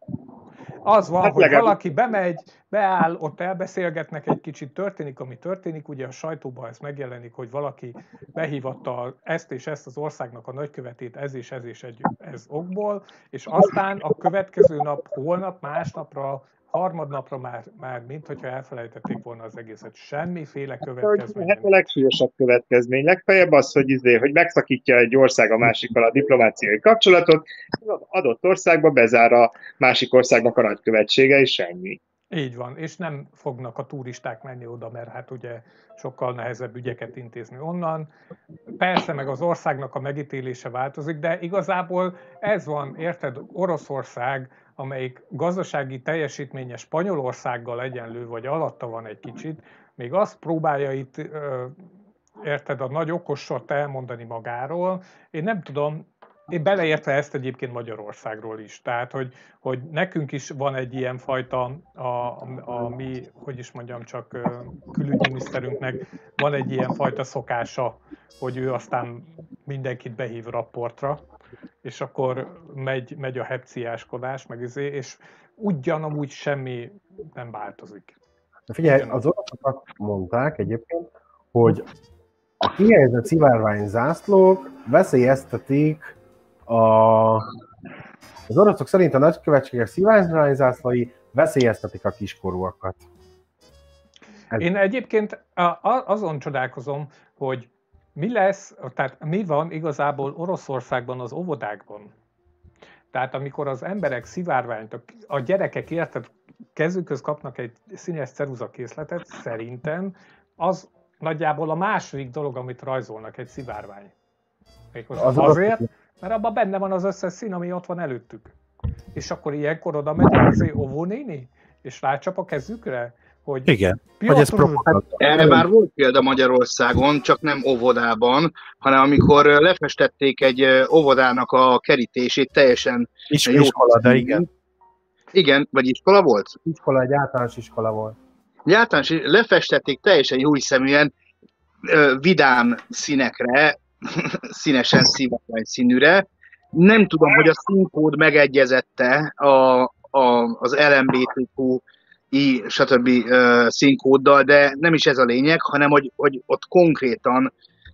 Az van, hát hogy legalább... valaki bemegy, beáll, ott elbeszélgetnek egy kicsit, történik, ami történik, ugye a sajtóban ez megjelenik, hogy valaki behívatta ezt és ezt az országnak a nagykövetét ez és ez és egy, ez okból, és aztán a következő nap, holnap, másnapra, harmadnapra már, már mint hogyha elfelejtették volna az egészet. Semmiféle következmény. Hát a legsúlyosabb következmény. Legfeljebb az, hogy, izé, hogy megszakítja egy ország a másikkal a diplomáciai kapcsolatot, az adott országba bezár a másik országnak a nagykövetsége, és ennyi. Így van, és nem fognak a turisták menni oda, mert hát ugye sokkal nehezebb ügyeket intézni onnan. Persze, meg az országnak a megítélése változik, de igazából ez van, érted, Oroszország, amelyik gazdasági teljesítménye Spanyolországgal egyenlő, vagy alatta van egy kicsit, még azt próbálja itt, érted, a nagy okossort elmondani magáról. Én nem tudom, én beleértve ezt egyébként Magyarországról is. Tehát, hogy, hogy nekünk is van egy ilyen fajta, a, a, a mi, hogy is mondjam, csak külügyminiszterünknek van egy ilyen fajta szokása, hogy ő aztán mindenkit behív rapportra, és akkor megy, megy a hepciáskodás, meg izé, és ugyanamúgy semmi nem változik. Figyelj, az oroszokat mondták egyébként, hogy a kihelyezett szivárvány zászlók veszélyeztetik a... Az oroszok szerint a nagykövetségek szivárványzászlói veszélyeztetik a kiskorúakat. Ez... Én egyébként azon csodálkozom, hogy mi lesz, tehát mi van igazából Oroszországban az óvodákban. Tehát amikor az emberek szivárványt, a gyerekek érted, kezükhöz kapnak egy színes ceruzakészletet, szerintem az nagyjából a második dolog, amit rajzolnak, egy szivárvány. Méghozzá az azért, mert abban benne van az összes szín, ami ott van előttük. És akkor ilyenkor oda megy az óvónéni, és rácsap a kezükre, hogy... Igen, hogy ez propaganda. Erre már volt példa Magyarországon, csak nem óvodában, hanem amikor lefestették egy óvodának a kerítését teljesen... Iskola, iskola de igen. Igen, vagy iskola volt? Iskola, egy általános iskola volt. Egy általános, lefestették teljesen jó hiszeműen vidám színekre, színesen szivárvány színűre. Nem tudom, hogy a színkód megegyezette a, a, az el em bé té kú i stb. Uh, színkóddal, de nem is ez a lényeg, hanem hogy, hogy ott konkrétan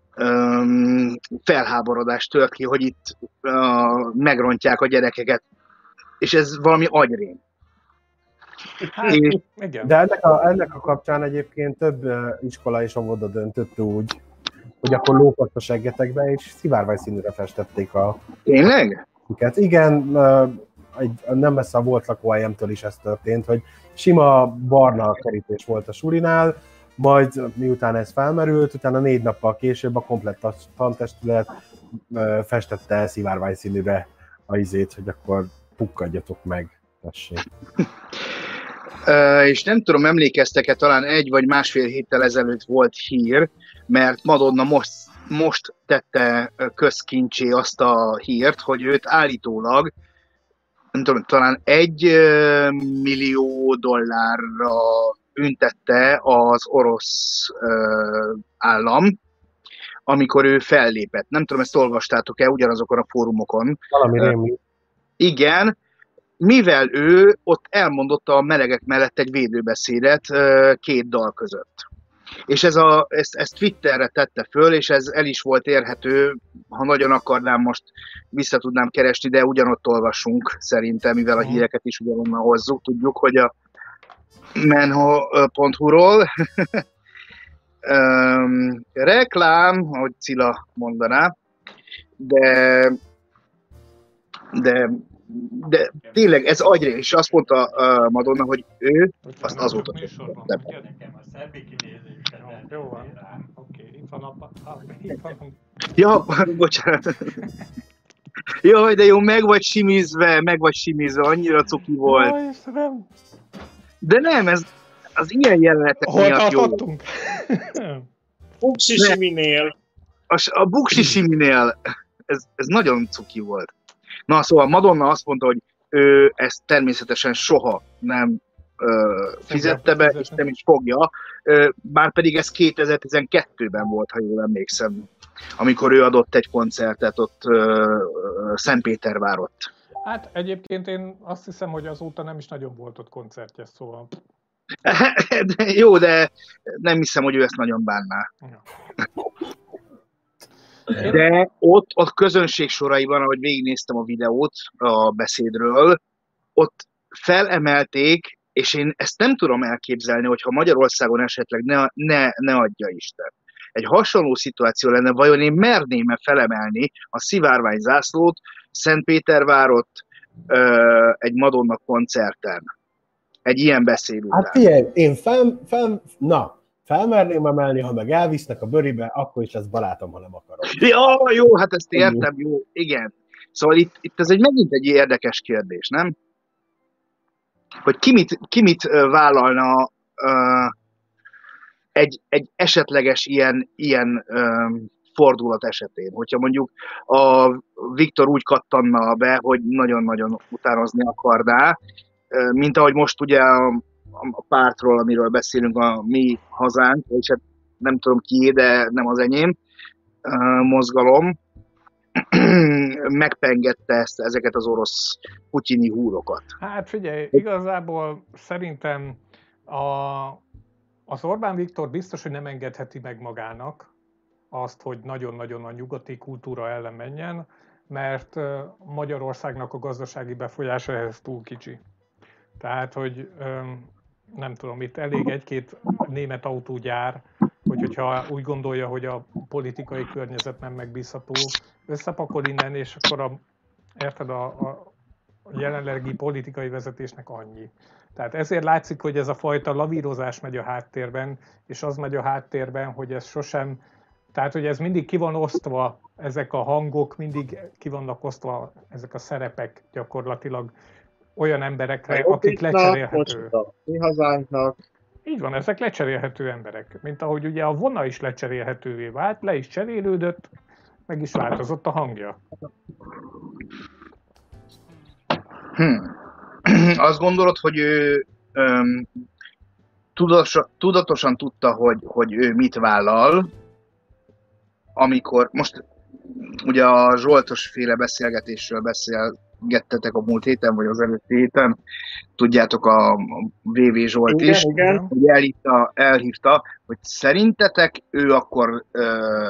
um, felháborodás tört ki, hogy itt uh, megrontják a gyerekeket. És ez valami agyrém. Hát, és, de ennek a, ennek a kapcsán egyébként több uh, iskola és óvoda döntött úgy, hogy akkor lófatt a seggetekbe, és szivárvány színűre festették a... Tényleg? Igen, uh, egy, nem messze a volt lakóhelyemtől is ez történt, hogy sima barna kerítés volt a sulinál, majd miután ez felmerült, utána négy nappal később a komplett tantestület uh, festette szivárvány színűre a izét, hogy akkor pukkadjatok meg, tessék. Uh, és nem tudom, emlékeztek-e, talán egy vagy másfél héttel ezelőtt volt hír, mert Madonna most, most tette közkincsé azt a hírt, hogy őt állítólag, nem tudom, talán egy millió dollárra büntette az orosz uh, állam, amikor ő fellépett. Nem tudom, ezt olvastátok-e ugyanazokon a fórumokon. Valami rémlik. Igen, mivel ő ott elmondotta a melegek mellett egy védőbeszédet két dal között. És ez a, ezt, ezt Twitterre tette föl, és ez el is volt érhető, ha nagyon akarnám, most vissza tudnám keresni, de ugyanott olvasunk szerintem, mivel a híreket is ugyanonnan hozzuk. Tudjuk, hogy a menho pont hu-ról reklám, ahogy Cilla mondaná, de de de tényleg ez agyrém, és azt mondta uh, Madonna, hogy ő azt azóta nem. Jó van, oké, itt van a... Ja, bocsánat. Jaj, de jó, meg vagy simizve, meg vagy simizve, annyira cuki volt. De nem, ez az ilyen jelenetek miatt jó. Buksi Siminél. A, a Buksi Siminél, ez, ez nagyon cuki volt. Na, szóval Madonna azt mondta, hogy ő ezt természetesen soha nem ö, fizette be, és nem is fogja, ö, bár pedig ez kétezer-tizenkettőben volt, ha jól emlékszem, amikor ő adott egy koncertet ott ö, ö, Szentpétervárott. Hát egyébként én azt hiszem, hogy azóta nem is nagyon volt ott koncertje, szóval... de, jó, de nem hiszem, hogy ő ezt nagyon bánná. Ja. De ott a közönség soraiban, ahogy végignéztem a videót a beszédről, ott felemelték, és én ezt nem tudom elképzelni, hogyha Magyarországon esetleg ne, ne, ne adja Isten. Egy hasonló szituáció lenne, vajon én merném-e felemelni a szivárvány zászlót Szentpétervárott ö, egy Madonna koncerten? Egy ilyen beszéd után. Hát figyelj, én fel, fel, na, felmerném emelni, ha meg elvisznek a bőribe, akkor is ez barátom, ha nem akarom. Ja, jó, hát ezt értem, jó, igen. Szóval itt, itt ez egy megint egy érdekes kérdés, nem? Hogy ki mit, ki mit vállalna uh, egy, egy esetleges ilyen, ilyen uh, fordulat esetén. Hogyha mondjuk a Viktor úgy kattanna be, hogy nagyon-nagyon utánozni akarná, uh, mint ahogy most ugye a, a pártról, amiről beszélünk, a Mi Hazánk, és hát nem tudom ki, de nem az enyém, uh, mozgalom, megpengette ezt, ezeket az orosz putyini húrokat. Hát figyelj, igazából szerintem a, az Orbán Viktor biztos, hogy nem engedheti meg magának azt, hogy nagyon-nagyon a nyugati kultúra ellen menjen, mert Magyarországnak a gazdasági befolyása ehhez túl kicsi. Tehát, hogy nem tudom, itt elég egy-két német autógyár, hogy, hogyha úgy gondolja, hogy a politikai környezet nem megbízható, összepakol innen, és akkor a, érted, a, a jelenlegi politikai vezetésnek annyi. Tehát ezért látszik, hogy ez a fajta lavírozás megy a háttérben, és az megy a háttérben, hogy ez sosem, tehát hogy ez mindig ki van osztva, ezek a hangok mindig ki vannak osztva, ezek a szerepek gyakorlatilag olyan emberekre, akik lecserélhető. Mi Hazánknak. Így van, ezek lecserélhető emberek. Mint ahogy ugye a Vona is lecserélhetővé vált, le is cserélődött, meg is változott a hangja. Hmm. Azt gondolod, hogy ő öm, tudatosan, tudatosan tudta, hogy, hogy ő mit vállal, amikor most ugye a Zsoltos féle beszélgetésről beszélgettetek a múlt héten, vagy az előtti héten, tudjátok, a vé vé Zsolt igen, is, igen. hogy elhívta, elhívta, hogy szerintetek ő akkor ö,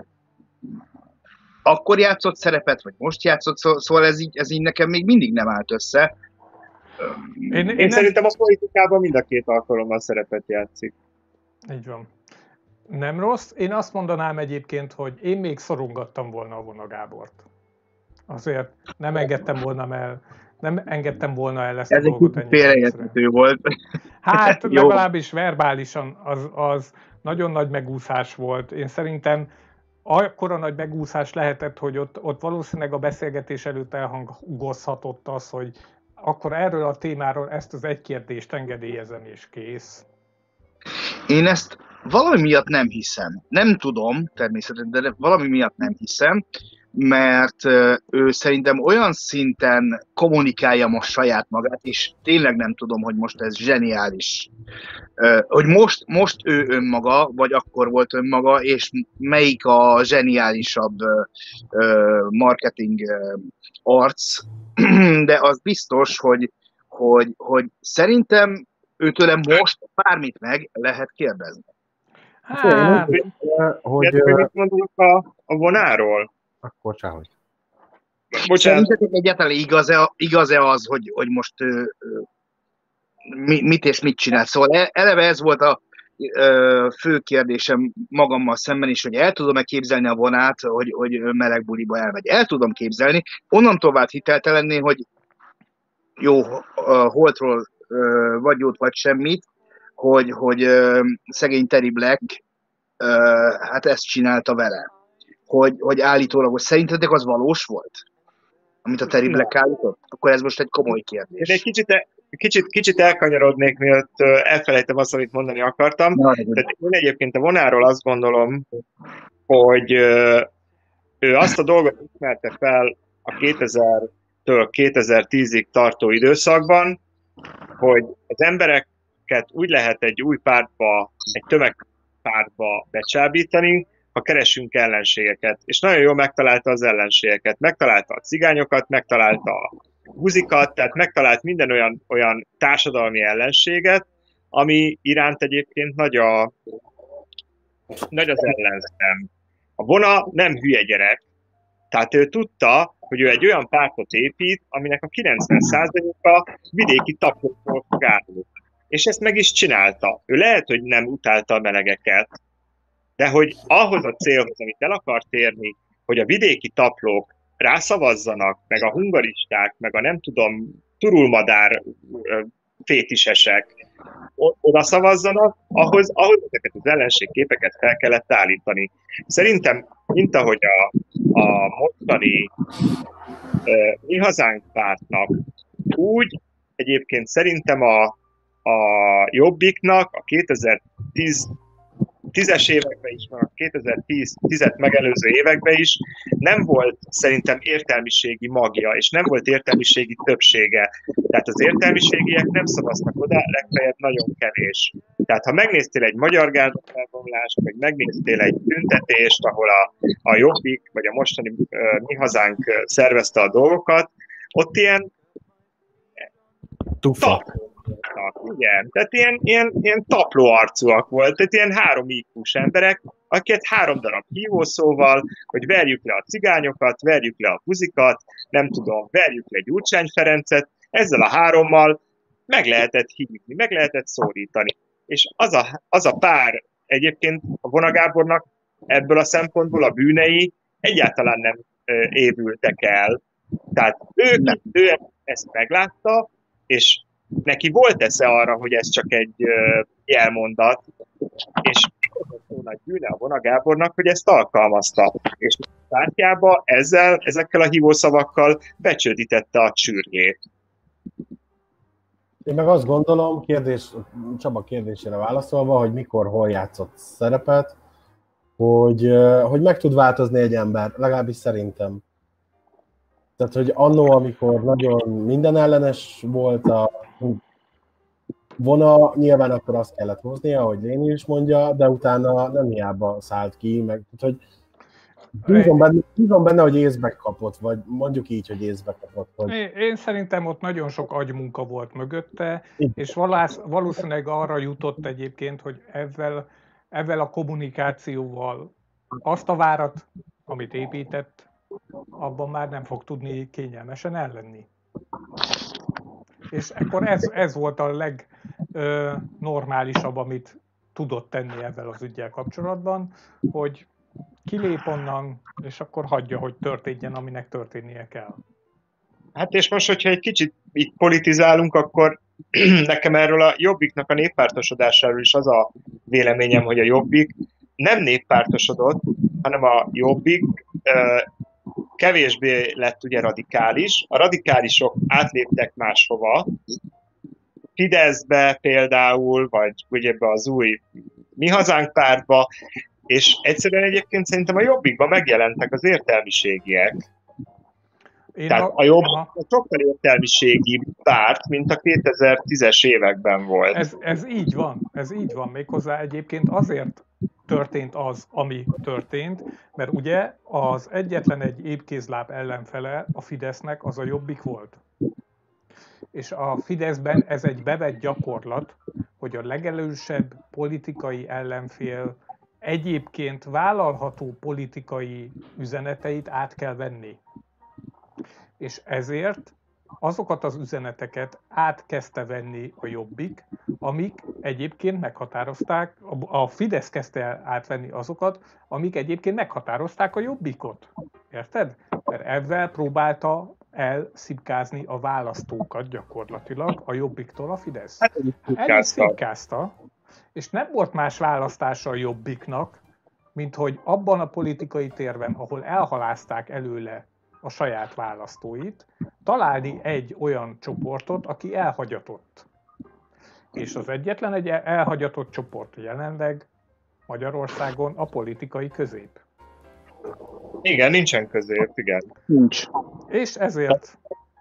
akkor játszott szerepet, vagy most játszott, szóval ez így, ez így nekem még mindig nem állt össze. Én, én, én szerintem a politikában mind a két alkalommal szerepet játszik. Így van. Nem rossz. Én azt mondanám egyébként, hogy én még szorongattam volna a Vona Gábort. Azért nem engedtem volna el, nem engedtem volna el ezt ez a dolgot ennyire. Ez egy félreérthető volt. Hát legalábbis verbálisan az, az nagyon nagy megúszás volt. Én szerintem akkora nagy megúszás lehetett, hogy ott, ott valószínűleg a beszélgetés előtt elhangozhatott az, hogy akkor erről a témáról ezt az egy kérdést engedélyezem, és kész. Én ezt valami miatt nem hiszem. Nem tudom természetesen, de valami miatt nem hiszem, mert ő szerintem olyan szinten kommunikálja most saját magát, és tényleg nem tudom, hogy most ez zseniális. Hogy most, most ő önmaga, vagy akkor volt önmaga, és melyik a zseniálisabb marketing arc, de az biztos, hogy, hogy, hogy szerintem őtőle most bármit meg lehet kérdezni. Hát, hogy mit mondunk a, a Vonáról? Akkor csáhogy. Szerintetek egyáltalán igaz-e, igaz-e az, hogy, hogy most ö, ö, mit és mit csinál? Szóval eleve ez volt a ö, fő kérdésem magammal szemben is, hogy el tudom-e képzelni a Vonát, hogy, hogy meleg buliba elmegy. El tudom képzelni. Onnantól vált hiteltelenné, hogy jó, holtról vagy jót, vagy semmit, hogy, hogy ö, szegény Terry Black ö, hát ezt csinálta vele. Hogy, hogy állítólagos. Szerintetek az valós volt? Amit a Terry Black állított? Akkor ez most egy komoly kérdés. Én egy kicsit, kicsit, kicsit elkanyarodnék, mielőtt elfelejtem azt, amit mondani akartam. Na, Tehát én egyébként a Vonáról azt gondolom, hogy ő azt a dolgot ismerte fel a kétezer-héttől kétezer-tízig tartó időszakban, hogy az embereket úgy lehet egy új pártba, egy tömegpártba becsábítani, ha keresünk ellenségeket. És nagyon jól megtalálta az ellenségeket. Megtalálta a cigányokat, megtalálta a buzikat, tehát megtalált minden olyan, olyan társadalmi ellenséget, ami iránt egyébként nagy, a, nagy az ellenzem. A Vona nem hülye gyerek, tehát ő tudta, hogy ő egy olyan pártot épít, aminek a kilencven százaléka vidéki taplókból fog állni. És ezt meg is csinálta. Ő lehet, hogy nem utálta a melegeket, de hogy ahhoz a célhoz, amit el akart érni, hogy a vidéki taplók rászavazzanak, meg a hungaristák, meg a nem tudom, turulmadár fétisesek oda szavazzanak, ahhoz, ahhoz ezeket az ellenségképeket fel kellett állítani. Szerintem, mint ahogy a, a mostani uh, Mi Hazánk pártnak, úgy egyébként szerintem a, a Jobbiknak a kétezer-tízes években is, van a kétezer-tízet megelőző években is nem volt szerintem értelmiségi magja, és nem volt értelmiségi többsége. Tehát az értelmiségiek nem szavaztak oda, legfeljebb nagyon kevés. Tehát ha megnéztél egy magyar gárda felvonulást, vagy megnéztél egy tüntetést, ahol a, a Jobbik, vagy a mostani uh, Mi Hazánk szervezte a dolgokat, ott ilyen Tufa. Igen, tehát ilyen, ilyen, ilyen taplóarcúak volt, tehát ilyen három í kú-s emberek, akiket három darab hívószóval, hogy verjük le a cigányokat, verjük le a buzikat, nem tudom, verjük le Gyurcsány Ferencet, ezzel a hárommal meg lehetett hívni, meg lehetett szólítani. És az a, az a pár, egyébként a Vona Gábornak ebből a szempontból a bűnei egyáltalán nem ö, évültek el. Tehát ő, ő ezt meglátta, és neki volt esze arra, hogy ez csak egy uh, jelmondat, és szó nagy bűne a Vona Gábornak, hogy ezt alkalmazta. És a pártjába ezzel, ezekkel a hívószavakkal becsődítette a csürgét. Én meg azt gondolom, kérdés, Csaba kérdésére válaszolva, hogy mikor, hol játszott szerepet, hogy, hogy meg tud változni egy ember, legalábbis szerintem. Tehát, hogy annó, amikor nagyon minden ellenes volt a Vona, nyilván akkor azt kellett hoznia, ahogy Léni is mondja, de utána nem hiába szállt ki, meg hogy bízom benne, bízom benne, hogy észbe kapott, vagy mondjuk így, hogy észbe kapott. Hogy... Én, én szerintem ott nagyon sok agymunka volt mögötte, Igen. és valószínűleg arra jutott egyébként, hogy ezzel, ezzel a kommunikációval azt a várat, amit épített, abban már nem fog tudni kényelmesen ellenni. És akkor ez, ez volt a legnormálisabb, amit tudott tenni ezzel az üggyel kapcsolatban, hogy kilép onnan, és akkor hagyja, hogy történjen, aminek történnie kell. Hát és most, hogyha egy kicsit itt politizálunk, akkor nekem erről a Jobbiknak a néppártosodásáról is az a véleményem, hogy a Jobbik nem néppártosodott, hanem a Jobbik kevésbé lett ugye radikális. A radikálisok átléptek máshova, Fideszbe például, vagy ugye ebbe az új Mi Hazánk pártba, és egyszerűen egyébként szerintem a Jobbikban megjelentek az értelmiségiek. Én Tehát a, a Jobbik a sokkal értelmiségi párt, mint a kétezer-tízes években volt. Ez, ez így van, ez így van. Méghozzá egyébként azért történt az, ami történt, mert ugye az egyetlen egy épkézláb ellenfele a Fidesznek az a Jobbik volt. És a Fideszben ez egy bevett gyakorlat, hogy a legelősebb politikai ellenfél egyébként vállalható politikai üzeneteit át kell venni. És ezért azokat az üzeneteket átkezdte venni a Jobbik, amik egyébként meghatározták, a Fidesz kezdte átvenni azokat, amik egyébként meghatározták a Jobbikot. Érted? Mert ezzel próbálta elszipkázni a választókat gyakorlatilag a Jobbiktól a Fidesz. Hát, el is szipkázta, és nem volt más választása a Jobbiknak, mint hogy abban a politikai térben, ahol elhalázták előle a saját választóit, találni egy olyan csoportot, aki elhagyatott. És az egyetlen egy elhagyatott csoport jelenleg Magyarországon a politikai közép. Igen, nincsen közép, igen. Nincs. És ezért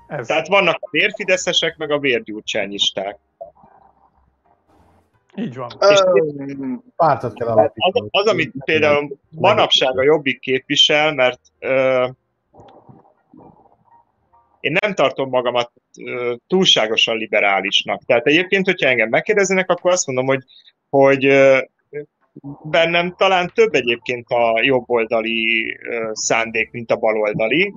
Ez. Tehát vannak a vérfideszesek, meg a vérgyurcsányisták. Így van. És pártot kell az, alapítani. az, amit például manapság a Jobbik képvisel, mert ö, én nem tartom magamat ö, túlságosan liberálisnak. Tehát egyébként, hogyha engem megkérdeznek, akkor azt mondom, hogy, hogy ö, bennem talán több egyébként a jobboldali ö, szándék, mint a baloldali.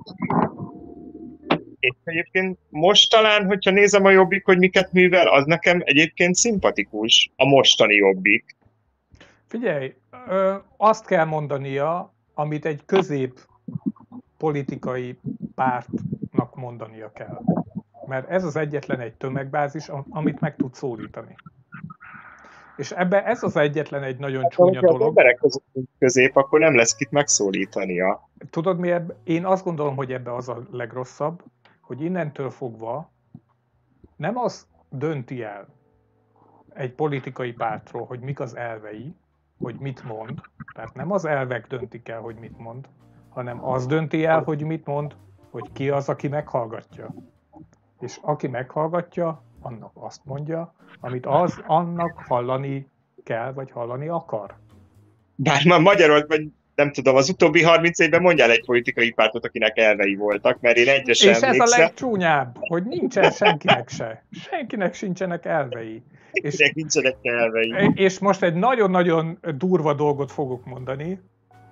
És egyébként most talán, hogyha nézem a Jobbik, hogy miket művel, az nekem egyébként szimpatikus, a mostani Jobbik. Figyelj, ö, azt kell mondania, amit egy közép politikai pártnak mondania kell. Mert ez az egyetlen egy tömegbázis, amit meg tud szólítani. És ebbe ez az egyetlen egy nagyon hát, csúnya dolog. Ha az emberek közép, akkor nem lesz kit megszólítania. Tudod mi ebbe? Én azt gondolom, hogy ebbe az a legrosszabb, hogy innentől fogva nem az dönti el egy politikai pártról, hogy mik az elvei, hogy mit mond. Tehát nem az elvek döntik el, hogy mit mond, hanem az dönti el, hogy mit mond, hogy ki az, aki meghallgatja. És aki meghallgatja, annak azt mondja, amit az annak hallani kell, vagy hallani akar. Bár már Magyarország, vagy nem tudom, az utóbbi harminc évben mondjál egy politikai pártot, akinek elvei voltak, mert én egyre sem És ez a legcsúnyább, hogy nincsen senkinek se. Senkinek sincsenek elvei. És, nincsenek elvei. És most egy nagyon-nagyon durva dolgot fogok mondani.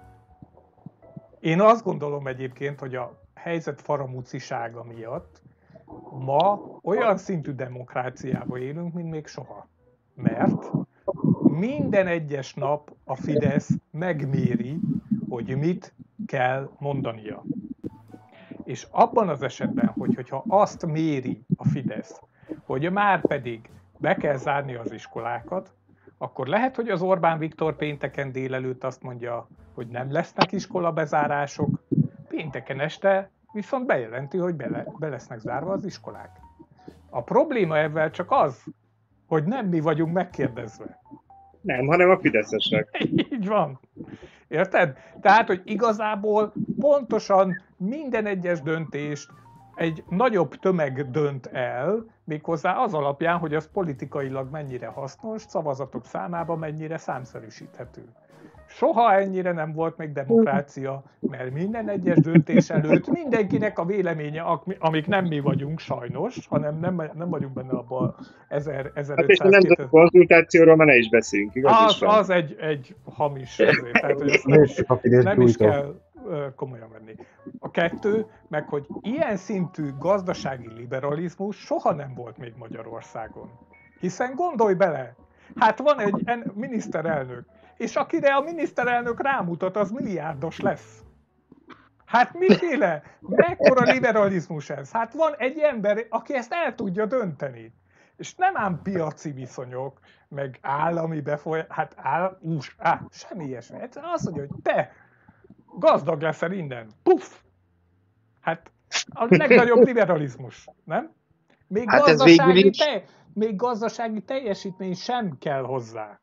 Én azt gondolom egyébként, hogy a helyzet faramúcisága miatt ma olyan szintű demokráciában élünk, mint még soha. Mert minden egyes nap a Fidesz megméri, hogy mit kell mondania. És abban az esetben, hogy, hogyha azt méri a Fidesz, hogy már pedig be kell zárni az iskolákat, akkor lehet, hogy az Orbán Viktor pénteken délelőtt azt mondja, hogy nem lesznek iskolabezárások, pénteken este viszont bejelenti, hogy be, be lesznek zárva az iskolák. A probléma ebben csak az, hogy nem mi vagyunk megkérdezve. Nem, hanem a fideszesek. Így van. Érted? Tehát, hogy igazából pontosan minden egyes döntést egy nagyobb tömeg dönt el, méghozzá az alapján, hogy az politikailag mennyire hasznos, szavazatok számában mennyire számszerűsíthető. Soha ennyire nem volt még demokrácia, mert minden egyes döntés előtt mindenkinek a véleménye, amik nem mi vagyunk sajnos, hanem nem, nem vagyunk benne abban ezerötszáz Hát és a nemzeti konzultációról már ne is beszélünk, igaz? Az, az egy, egy hamis ezért, tehát hogy ezt nem is, nem is kell uh, komolyan venni. A kettő, meg hogy ilyen szintű gazdasági liberalizmus soha nem volt még Magyarországon. Hiszen gondolj bele, hát van egy miniszterelnök, és akire a miniszterelnök rámutat, az milliárdos lesz. Hát miféle? Mekkora liberalizmus ez? Hát van egy ember, aki ezt el tudja dönteni. És nem ám piaci viszonyok, meg állami befolyás, hát áll, ús, á, semmi ilyesmi. Egyszerűen azt mondja, hogy te gazdag leszel innen. Puff! Hát a legnagyobb liberalizmus, nem? Még, hát gazdasági, te, még gazdasági teljesítmény sem kell hozzá.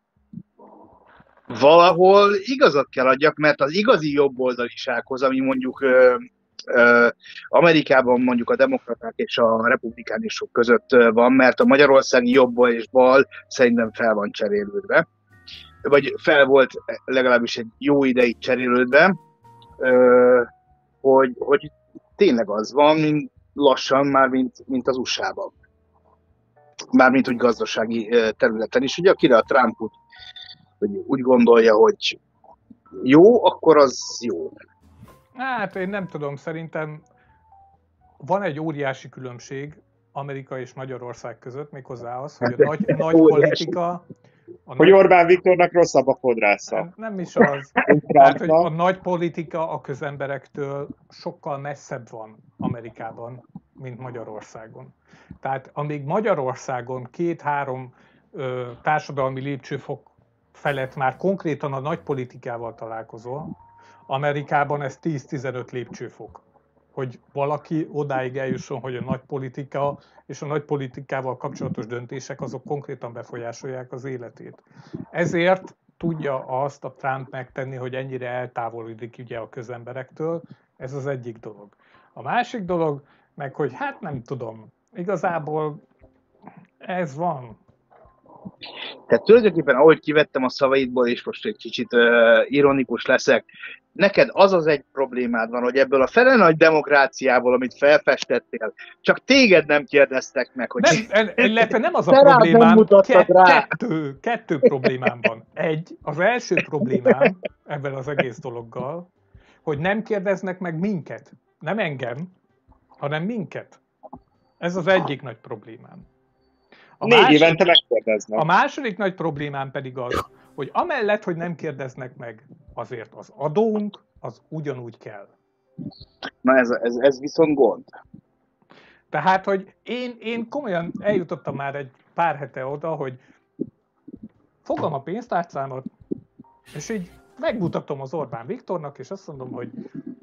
Valahol igazat kell adjak, mert az igazi jobboldalisághoz, ami mondjuk ö, ö, Amerikában mondjuk a demokraták és a republikánusok között van, mert a magyarországi jobb és bal szerintem fel van cserélődve, vagy fel volt legalábbis egy jó ideig cserélődve, ö, hogy, hogy tényleg az van, mint lassan már, mint, mint az u es á-ban. Mármint úgy gazdasági területen is. Ugye akire a Trumpot hogy úgy gondolja, hogy jó, akkor az jó. Hát én nem tudom, szerintem van egy óriási különbség Amerika és Magyarország között, méghozzá az, hogy a nagy, nagy politika... A hogy nagy, Orbán Viktornak rosszabb a fodrásza. Nem, nem is az. Tehát, hogy a nagy politika a közemberektől sokkal messzebb van Amerikában, mint Magyarországon. Tehát amíg Magyarországon két-három ö, társadalmi lépcsőfok felett már konkrétan a nagy politikával találkozol, Amerikában ez tíz-tizenöt lépcsőfok. Hogy valaki odáig eljusson, hogy a nagy politika és a nagy politikával kapcsolatos döntések azok konkrétan befolyásolják az életét. Ezért tudja azt a Trump megtenni, hogy ennyire eltávolodik ugye a közemberektől, ez az egyik dolog. A másik dolog, meg hogy hát nem tudom, igazából ez van. Tehát tulajdonképpen, ahogy kivettem a szavaidból, és most egy kicsit uh, ironikus leszek, neked az az egy problémád van, hogy ebből a fele nagy demokráciából, amit felfestettél, csak téged nem kérdeztek meg, hogy... Nem, illetve nem az a problémám, ke- kettő, kettő problémám van. Egy, az első problémám ebben az egész dologgal, hogy nem kérdeznek meg minket. Nem engem, hanem minket. Ez az egyik nagy problémám. A Négy másik, évente megkérdeznek. A második nagy problémám pedig az, hogy amellett, hogy nem kérdeznek meg, azért az adónk, az ugyanúgy kell. Na ez, ez, ez viszont gond. Tehát, hogy én, én komolyan eljutottam már egy pár hete oda, hogy fogom a pénztárcámat, és így megmutatom az Orbán Viktornak, és azt mondom, hogy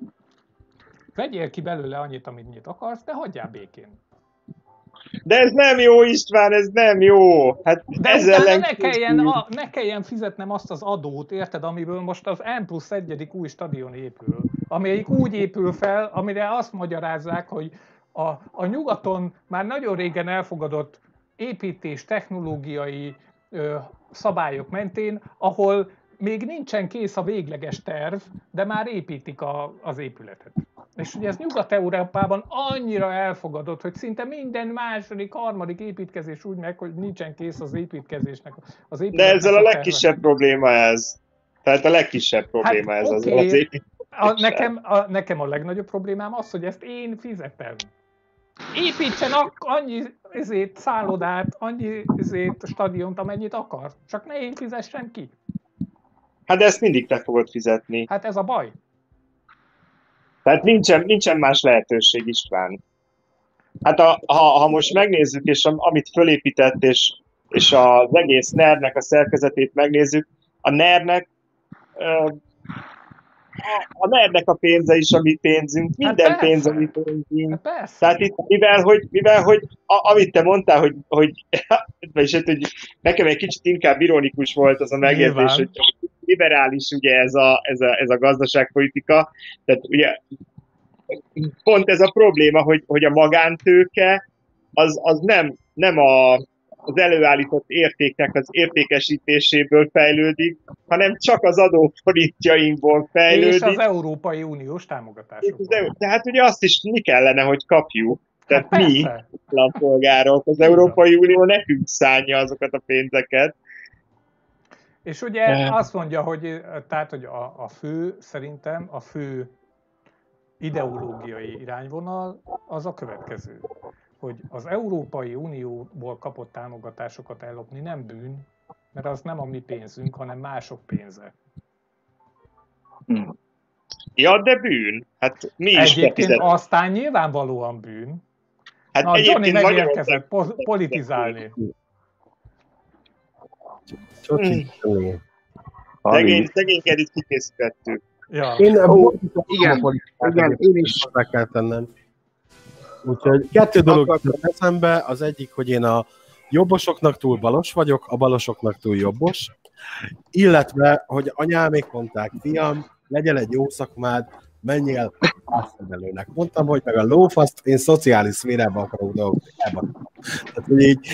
vegyél ki belőle annyit, amit akarsz, de hagyjál békén. De ez nem jó, István, ez nem jó. Hát de ezzel ne kelljen, a, ne kelljen fizetnem azt az adót, érted, amiből most az N plusz egyedik új stadion épül, amelyik úgy épül fel, amire azt magyarázzák, hogy a, a nyugaton már nagyon régen elfogadott építés technológiai ö, szabályok mentén, ahol még nincsen kész a végleges terv, de már építik a, az épületet. És ugye ez Nyugat-Európában annyira elfogadott, hogy szinte minden második, harmadik építkezés úgy meg, hogy nincsen kész az építkezésnek. Az de ezzel a, a legkisebb probléma ez. Tehát a legkisebb probléma hát, ez okay. az, az építkezés. A, nekem, a, nekem a legnagyobb problémám az, hogy ezt én fizetem. Építsen annyi ezért, szállodát, annyi ezért, stadiont, amennyit akar. Csak ne én fizessen ki. Hát de ezt mindig te fogod fizetni. Hát ez a baj. Tehát nincsen, nincsen más lehetőség, István. Hát a, ha, ha most megnézzük, és a, amit fölépített, és, és az egész NER-nek a szerkezetét megnézzük, a NER-nek a, a NER-nek a pénze is a mi pénzünk, minden hát pénz a mi pénzünk. Hát tehát itt, mivel, hogy, mivel, hogy a, amit te mondtál, hogy, hogy, és hát, hogy nekem egy kicsit inkább ironikus volt az a megjegyzés, hogy liberális ugye ez a, ez, a, ez a gazdaságpolitika, tehát ugye pont ez a probléma, hogy, hogy a magántőke az, az nem, nem a, az előállított értéknek az értékesítéséből fejlődik, hanem csak az adóforintjainkból fejlődik. És az Európai Uniós támogatásokból. Tehát ugye azt is mi kellene, hogy kapjuk. Tehát hát mi, a polgárok, az Európai Unió nekünk szánja azokat a pénzeket. És ugye De... azt mondja, hogy, tehát, hogy a, a fő, szerintem a fő ideológiai irányvonal az a következő, hogy az Európai Unióból kapott támogatásokat ellopni nem bűn, mert az nem a mi pénzünk, hanem mások pénze. Hmm. Ja, de bűn. Hát mi is egyébként aztán nyilvánvalóan bűn. Hát na, Johnny megérkezett po- politizálni. Hmm. Szegény, szegénykedét kikészítettük. Ja. Én oh, igen, igen, én is meg kell tennem. Úgyhogy kettő dolog eszembe, az egyik, hogy én a jobbosoknak túl balos vagyok, a balosoknak túl jobbos, illetve, hogy anyámék mondták, fiam, legyen egy jó szakmád, menjél átszerelőnek. Mondtam, hogy meg a lófaszt, én szociális szférában akarok dolgozni. Tehát, hogy így...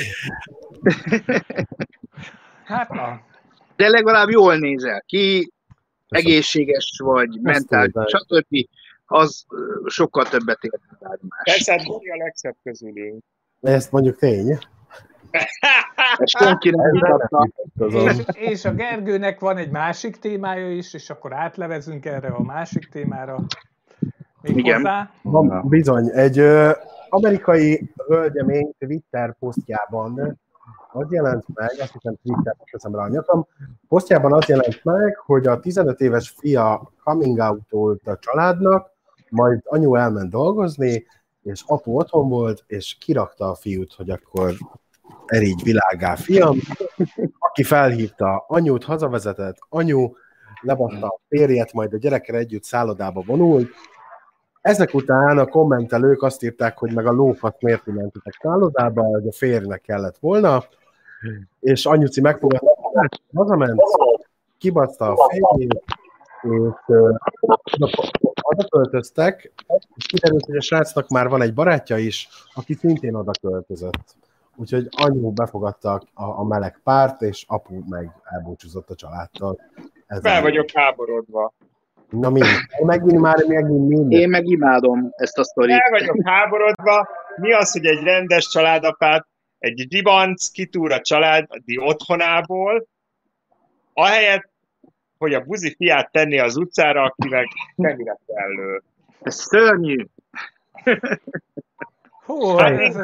Hát na. De legalább jól nézel ki, egészséges vagy, mentális, stb. Az sokkal többet ér, mint más. Persze, hát Dori a legszebb közülünk. Ezt mondjuk tény. Ezt senki nem vitatta. És, és a Gergőnek van egy másik témája is, és akkor átlevezünk erre a másik témára. Még igen. Hozzá. Van, bizony. Egy ö, amerikai hölgyemény Twitter posztjában az jelent meg, azt hiszem Twitter, teszem rá a nyakam, posztjában az jelent meg, hogy a tizenöt éves fia coming out-olt a családnak, majd anyu elment dolgozni, és apu otthon volt, és kirakta a fiút, hogy akkor erígy világá, fiam, aki felhívta anyút, hazavezetett, anyu lebatta a férjet, majd a gyerekkel együtt szállodába vonult. Ezek után a kommentelők azt írták, hogy meg a lófasz miért mentetek szállodába, hogy a férjnek kellett volna, és anyuci megfogadta, hazament, kibaszta a férjét, és oda költöztek, és kiderült, hogy a srácnak már van egy barátja is, aki szintén oda költözött. Úgyhogy anyu befogadta a, a meleg párt, és apu meg elbúcsúzott a családtól. Ez Fel vagyok háborodva. Na mi? Megint már megint minden. Én meg imádom ezt a sztorit. El vagyok háborodva. Mi az, hogy egy rendes családapát, egy ribanc kitúr a családi otthonából, ahelyett, hogy a buzi fiát tenni az utcára, aki meg semmire kellő. Ez szörnyű. Hú, Hát ez...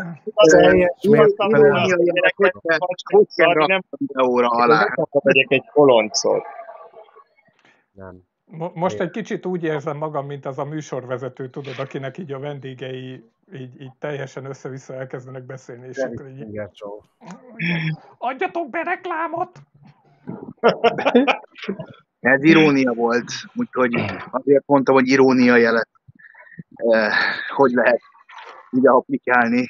Hogy kell rakni óra alá? Megyek egy koloncot. Nem. Mo- Most egy kicsit úgy érzem magam, mint az a műsorvezető, tudod, akinek így a vendégei így, így teljesen össze-vissza elkezdenek beszélni, és akkor így... Igen, csó. Adjatok be reklámot! Ez irónia volt, úgyhogy azért mondtam, hogy irónia jelet. Eh, hogy lehet ide applikálni.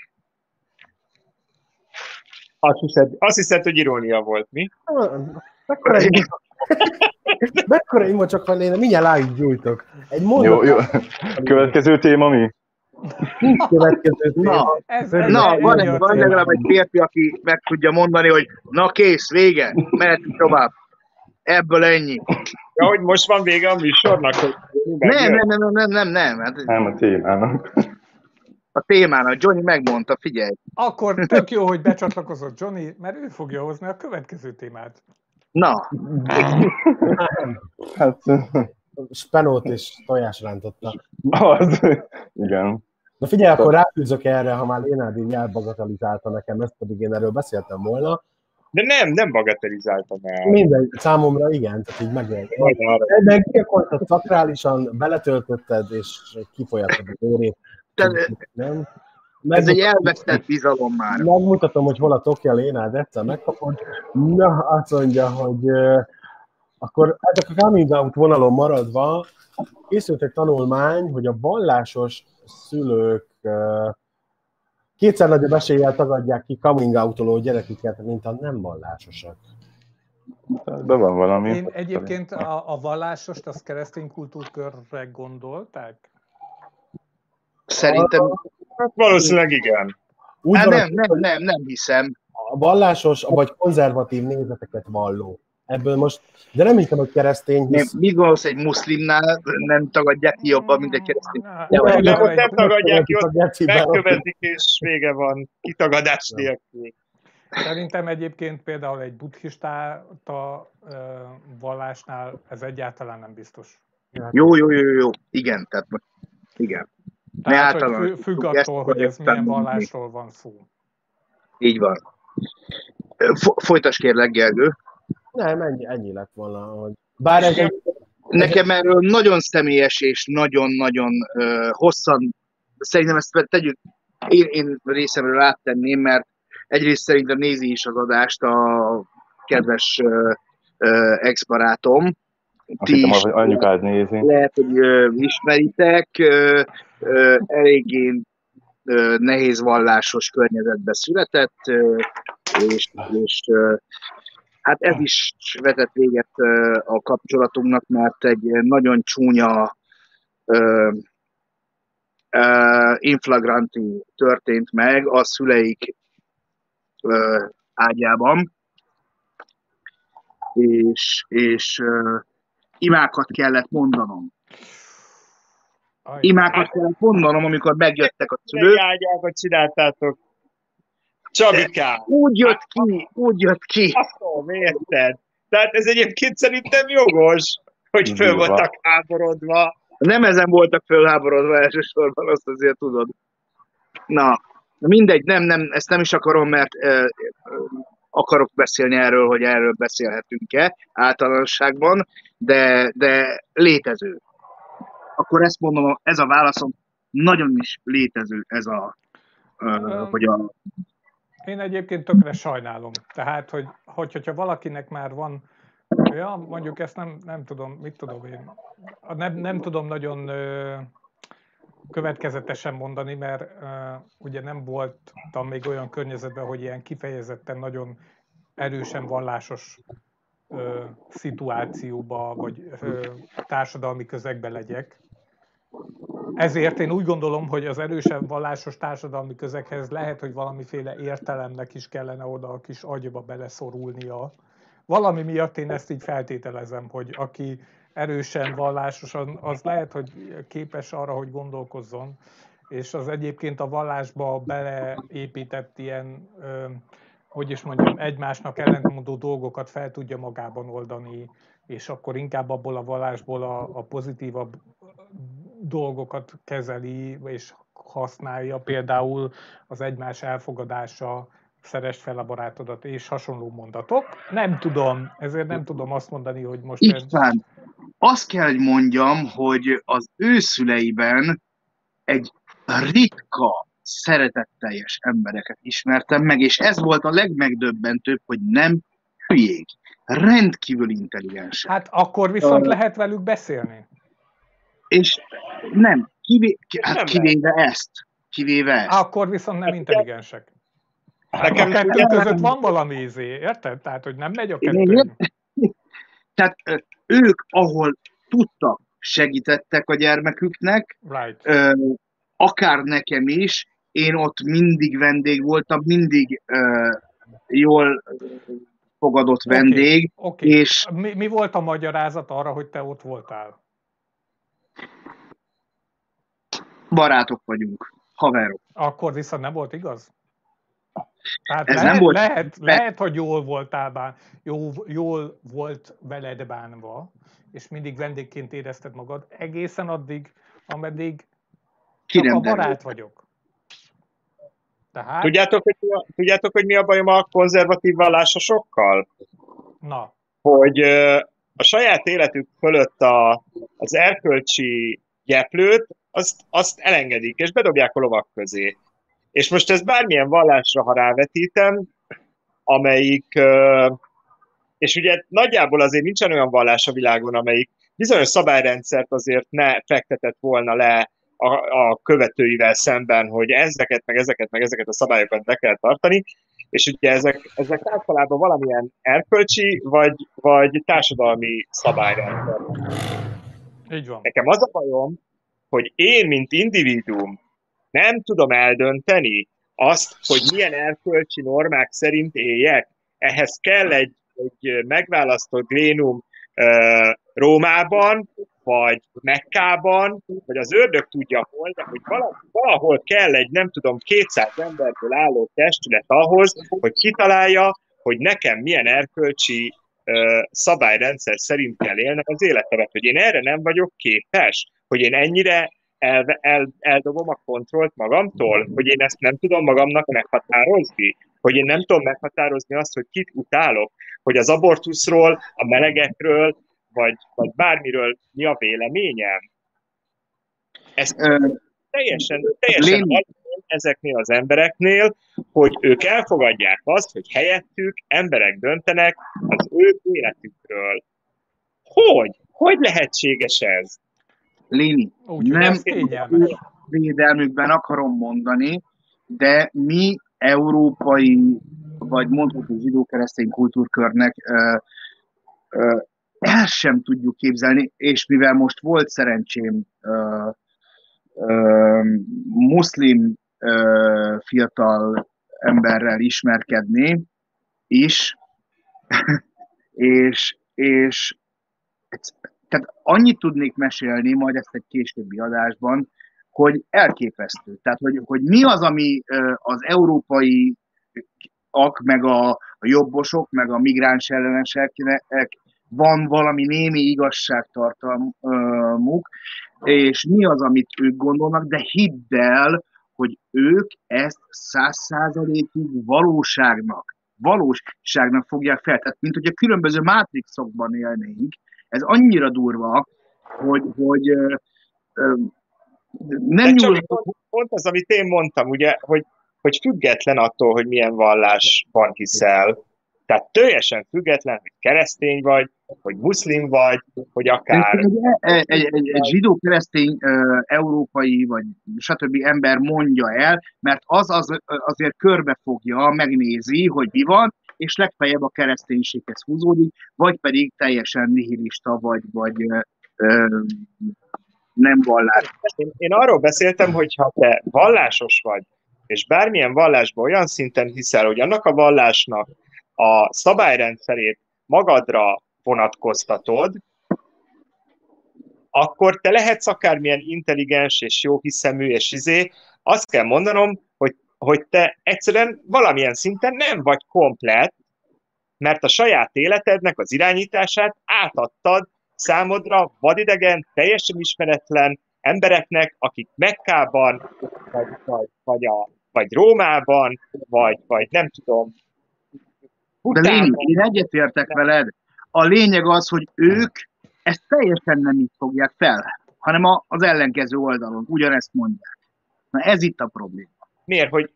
Azt hiszed, azt hiszed, hogy irónia volt, mi? Mekkora ima, mekkora ima csak van, én mindjárt láig gyújtok. Egy mondat. Jó, jó. Következő téma mi? Nincs következő téma. Na, Ez, ez na egy- van, egy- egy, van legalább egy férfi, aki meg tudja mondani, hogy na kész, vége, mehetünk tovább. Ebből ennyi. Ja, hogy most van vége a műsornak, hogy Nem, nem, nem, nem, nem, nem. Hát Nem a témának. a témának Johnny megmondta, figyelj. Akkor tök jó, hogy becsatlakozott Johnny, mert ő fogja hozni a következő témát. Na, Hát, Spenót és tojás rántotta. az, igen. Na figyelj, akkor ráfűzök erre, ha már Lénád így elbagatalizálta nekem ezt, pedig én erről beszéltem volna. De nem, nem bagatelizáltam el. Mindegy, számomra igen, tehát így megjelent. Majd arra. Ebben kiakoltad szakrálisan, beletöltötted, és kifolyattad az érét. te, Nem? ez egy Megmutatom, elvesztett bizalom már. megmutatom, hogy hol a tokja Lénád, egyszer megkapod. Na, azt mondja, hogy uh, akkor ezek a coming out vonalon maradva készült egy tanulmány, hogy a vallásos szülők uh, kétszer nagyobb eséllyel tagadják ki coming out-oló gyereküket, mint a nem vallásosak. De van valami. Én egyébként a, a vallásost, az keresztény kultúrkörre gondolták? Szerintem, Hát valószínűleg igen. Úgy hát van, nem, nem, nem, nem hiszem. a vallásos vagy konzervatív nézeteket valló. Ebből most, de nem hiszem, hogy keresztény, Nem, hisz... mit gondolsz, egy muszlimnál nem tagadják ki jobban, mint egy keresztény? Na, De nem, De nem, ott nem egy- tagadják ki, ott Geciben, megkövetik, és vége van. Kitagadás nélkül. Szerintem egyébként például egy buddhista ö, vallásnál ez egyáltalán nem biztos. Jó, jó, jó, jó. Igen, tehát most, igen. Tehát, hogy általában fü- függ ezt attól, hogy ez milyen értem. vallásról van szó. Így van. Fo- Folytasd kérlek, Gergő. Nem, ennyi, ennyi lett volna. Hogy... Bár ez egy... Nekem erről nagyon személyes és nagyon-nagyon uh, hosszan, szerintem ezt tegyük, én, én részemről áttenném, mert egyrészt szerintem nézi is az adást a kedves uh, uh, ex-barátom. Azt Ti hittem, is hogy anyukád nézi. lehet, hogy uh, ismeritek, uh, uh, eléggé uh, nehéz vallásos környezetbe született, uh, és, és uh, hát ez is vetett véget uh, a kapcsolatunknak, mert egy nagyon csúnya uh, uh, inflagranti történt meg a szüleik uh, ágyában, és, és uh, imákat kellett mondanom. Aj, Imákat kellett mondanom, amikor megjöttek a Mely szülők. ágyákat csináltátok? Csabikám! Úgy jött ki, úgy jött ki. Azt mondom, érted? Tehát ez egyébként szerintem jogos, hogy föl Durva. voltak háborodva. Nem ezen voltak fölháborodva elsősorban, azt azért tudod. Na, mindegy, nem, nem, ezt nem is akarom, mert eh, akarok beszélni erről, hogy erről beszélhetünk-e általánosságban, de, de létező. Akkor ezt mondom, ez a válaszom, nagyon is létező ez a, uh, hogy a... Én egyébként tökre sajnálom. Tehát, hogy, hogy hogyha valakinek már van, ja, mondjuk ezt nem, nem tudom, mit tudom én, nem, nem tudom nagyon ö, következetesen mondani, mert ö, ugye nem voltam még olyan környezetben, hogy ilyen kifejezetten nagyon erősen vallásos ö, szituációba, vagy ö, társadalmi közegbe legyek. Ezért én úgy gondolom, hogy az erősebb vallásos társadalmi közeghez lehet, hogy valamiféle értelemnek is kellene oda a kis agyba beleszorulnia. Valami miatt én ezt így feltételezem, hogy aki erősen vallásos, az lehet, hogy képes arra, hogy gondolkozzon, és az egyébként a vallásba beleépített ilyen, hogy is mondjam, egymásnak ellentmondó dolgokat fel tudja magában oldani, és akkor inkább abból a vallásból a, a pozitívabb dolgokat kezeli, és használja, például az egymás elfogadása, szeresd fel a barátodat, és hasonló mondatok. Nem tudom, ezért nem tudom azt mondani, hogy most... István, azt kell, hogy mondjam, hogy az ő szüleiben egy ritka, szeretetteljes embereket ismertem meg, és ez volt a legmegdöbbentőbb, hogy nem hülyék, rendkívül intelligensek. Hát akkor viszont uh, lehet velük beszélni. És nem, kivé, hát nem kivéve lehet. ezt. Kivéve ezt. Akkor viszont nem intelligensek. Hát a kettő között van valami izé, érted? Tehát, hogy nem megy a kettő. Tehát ők, ahol tudtak, segítettek a gyermeküknek, right. Akár nekem is, én ott mindig vendég voltam, mindig jól fogadott vendég. Okay. Okay. És mi, mi volt a magyarázat arra, hogy te ott voltál? Barátok vagyunk, haverok. Akkor viszont nem volt igaz? Tehát Ez lehet, nem volt. Lehet, lehet, hogy jól voltál bán, jól, jól volt veled bánva, és mindig vendégként érezted magad, egészen addig, ameddig csak a barát vagyok. Tehát... Tudjátok, hogy mi a, tudjátok, hogy mi a bajom a konzervatív vallásosokkal? Na. Hogy a saját életük fölött a, az erkölcsi gyeplőt, azt, azt elengedik, és bedobják a lovak közé. És most ez bármilyen vallásra, ha rávetítem, amelyik, és ugye nagyjából azért nincsen olyan vallás a világon, amelyik bizonyos szabályrendszert azért ne fektetett volna le a, a követőivel szemben, hogy ezeket, meg ezeket, meg ezeket a szabályokat be kell tartani, és ugye ezek, ezek általában valamilyen erkölcsi, vagy, vagy társadalmi szabályrendszer. Így van. Nekem az a bajom, hogy én, mint individuum, nem tudom eldönteni azt, hogy milyen erkölcsi normák szerint éljek. Ehhez kell egy, egy megválasztott glénum uh, Rómában, vagy Mekkában, vagy az ördög tudja hol, de hogy valahol kell egy, nem tudom, kétszáz emberből álló testület ahhoz, hogy kitalálja, hogy nekem milyen erkölcsi uh, szabályrendszer szerint kell élnem az életemet, hogy én erre nem vagyok képes, hogy én ennyire El, el, eldobom a kontrollt magamtól, hogy én ezt nem tudom magamnak meghatározni, hogy én nem tudom meghatározni azt, hogy kit utálok, hogy az abortuszról, a melegekről, vagy, vagy bármiről mi a véleményem. Ez teljesen, teljesen ezeknél az embereknél, hogy ők elfogadják azt, hogy helyettük emberek döntenek az ő életükről. Hogy? Hogy lehetséges ez? Léni, úgy, nem védelmükben akarom mondani, de mi európai, vagy mondható zsidó-keresztény kultúrkörnek ö, ö, el sem tudjuk képzelni, és mivel most volt szerencsém ö, ö, muszlim ö, fiatal emberrel ismerkedni is, és, és tehát annyit tudnék mesélni, majd ezt egy későbbi adásban, hogy elképesztő. Tehát, hogy, hogy mi az, ami az európai ak, meg a, a jobbosok, meg a migráns elleneseknek van valami némi igazságtartalmuk, és mi az, amit ők gondolnak, de hidd el, hogy ők ezt száz százalékig valóságnak, valóságnak fogják fel. Tehát, mint hogy a különböző mátrixokban élnénk. Ez annyira durva, hogy, hogy ö, ö, nem nyúl... pont, pont az, amit én mondtam, ugye, hogy, hogy független attól, hogy milyen vallásban hiszel. Tehát teljesen független, hogy keresztény vagy, hogy muszlim vagy, hogy akár... Egy, egy, egy, egy, egy zsidó-keresztény uh, európai, vagy stb. Ember mondja el, mert az, az azért körbefogja, megnézi, hogy mi van, és legfeljebb a kereszténységhez húzódik, vagy pedig teljesen nihilista, vagy, vagy ö, ö, nem vallás. Én, én arról beszéltem, hogy ha te vallásos vagy, és bármilyen vallásban olyan szinten hiszel, hogy annak a vallásnak a szabályrendszerét magadra vonatkoztatod, akkor te lehetsz akármilyen intelligens és jóhiszemű és izé, azt kell mondanom, hogy, hogy te egyszerűen valamilyen szinten nem vagy komplett, mert a saját életednek az irányítását átadtad számodra vadidegen, teljesen ismeretlen embereknek, akik Mekkában, vagy, vagy, vagy, a, vagy Rómában, vagy, vagy nem tudom. De lényeg, én egyetértek veled. A lényeg az, hogy ők ezt teljesen nem így fogják fel, hanem a, az ellenkező oldalon ugyanezt mondják. Na ez itt a probléma. Miért, hogy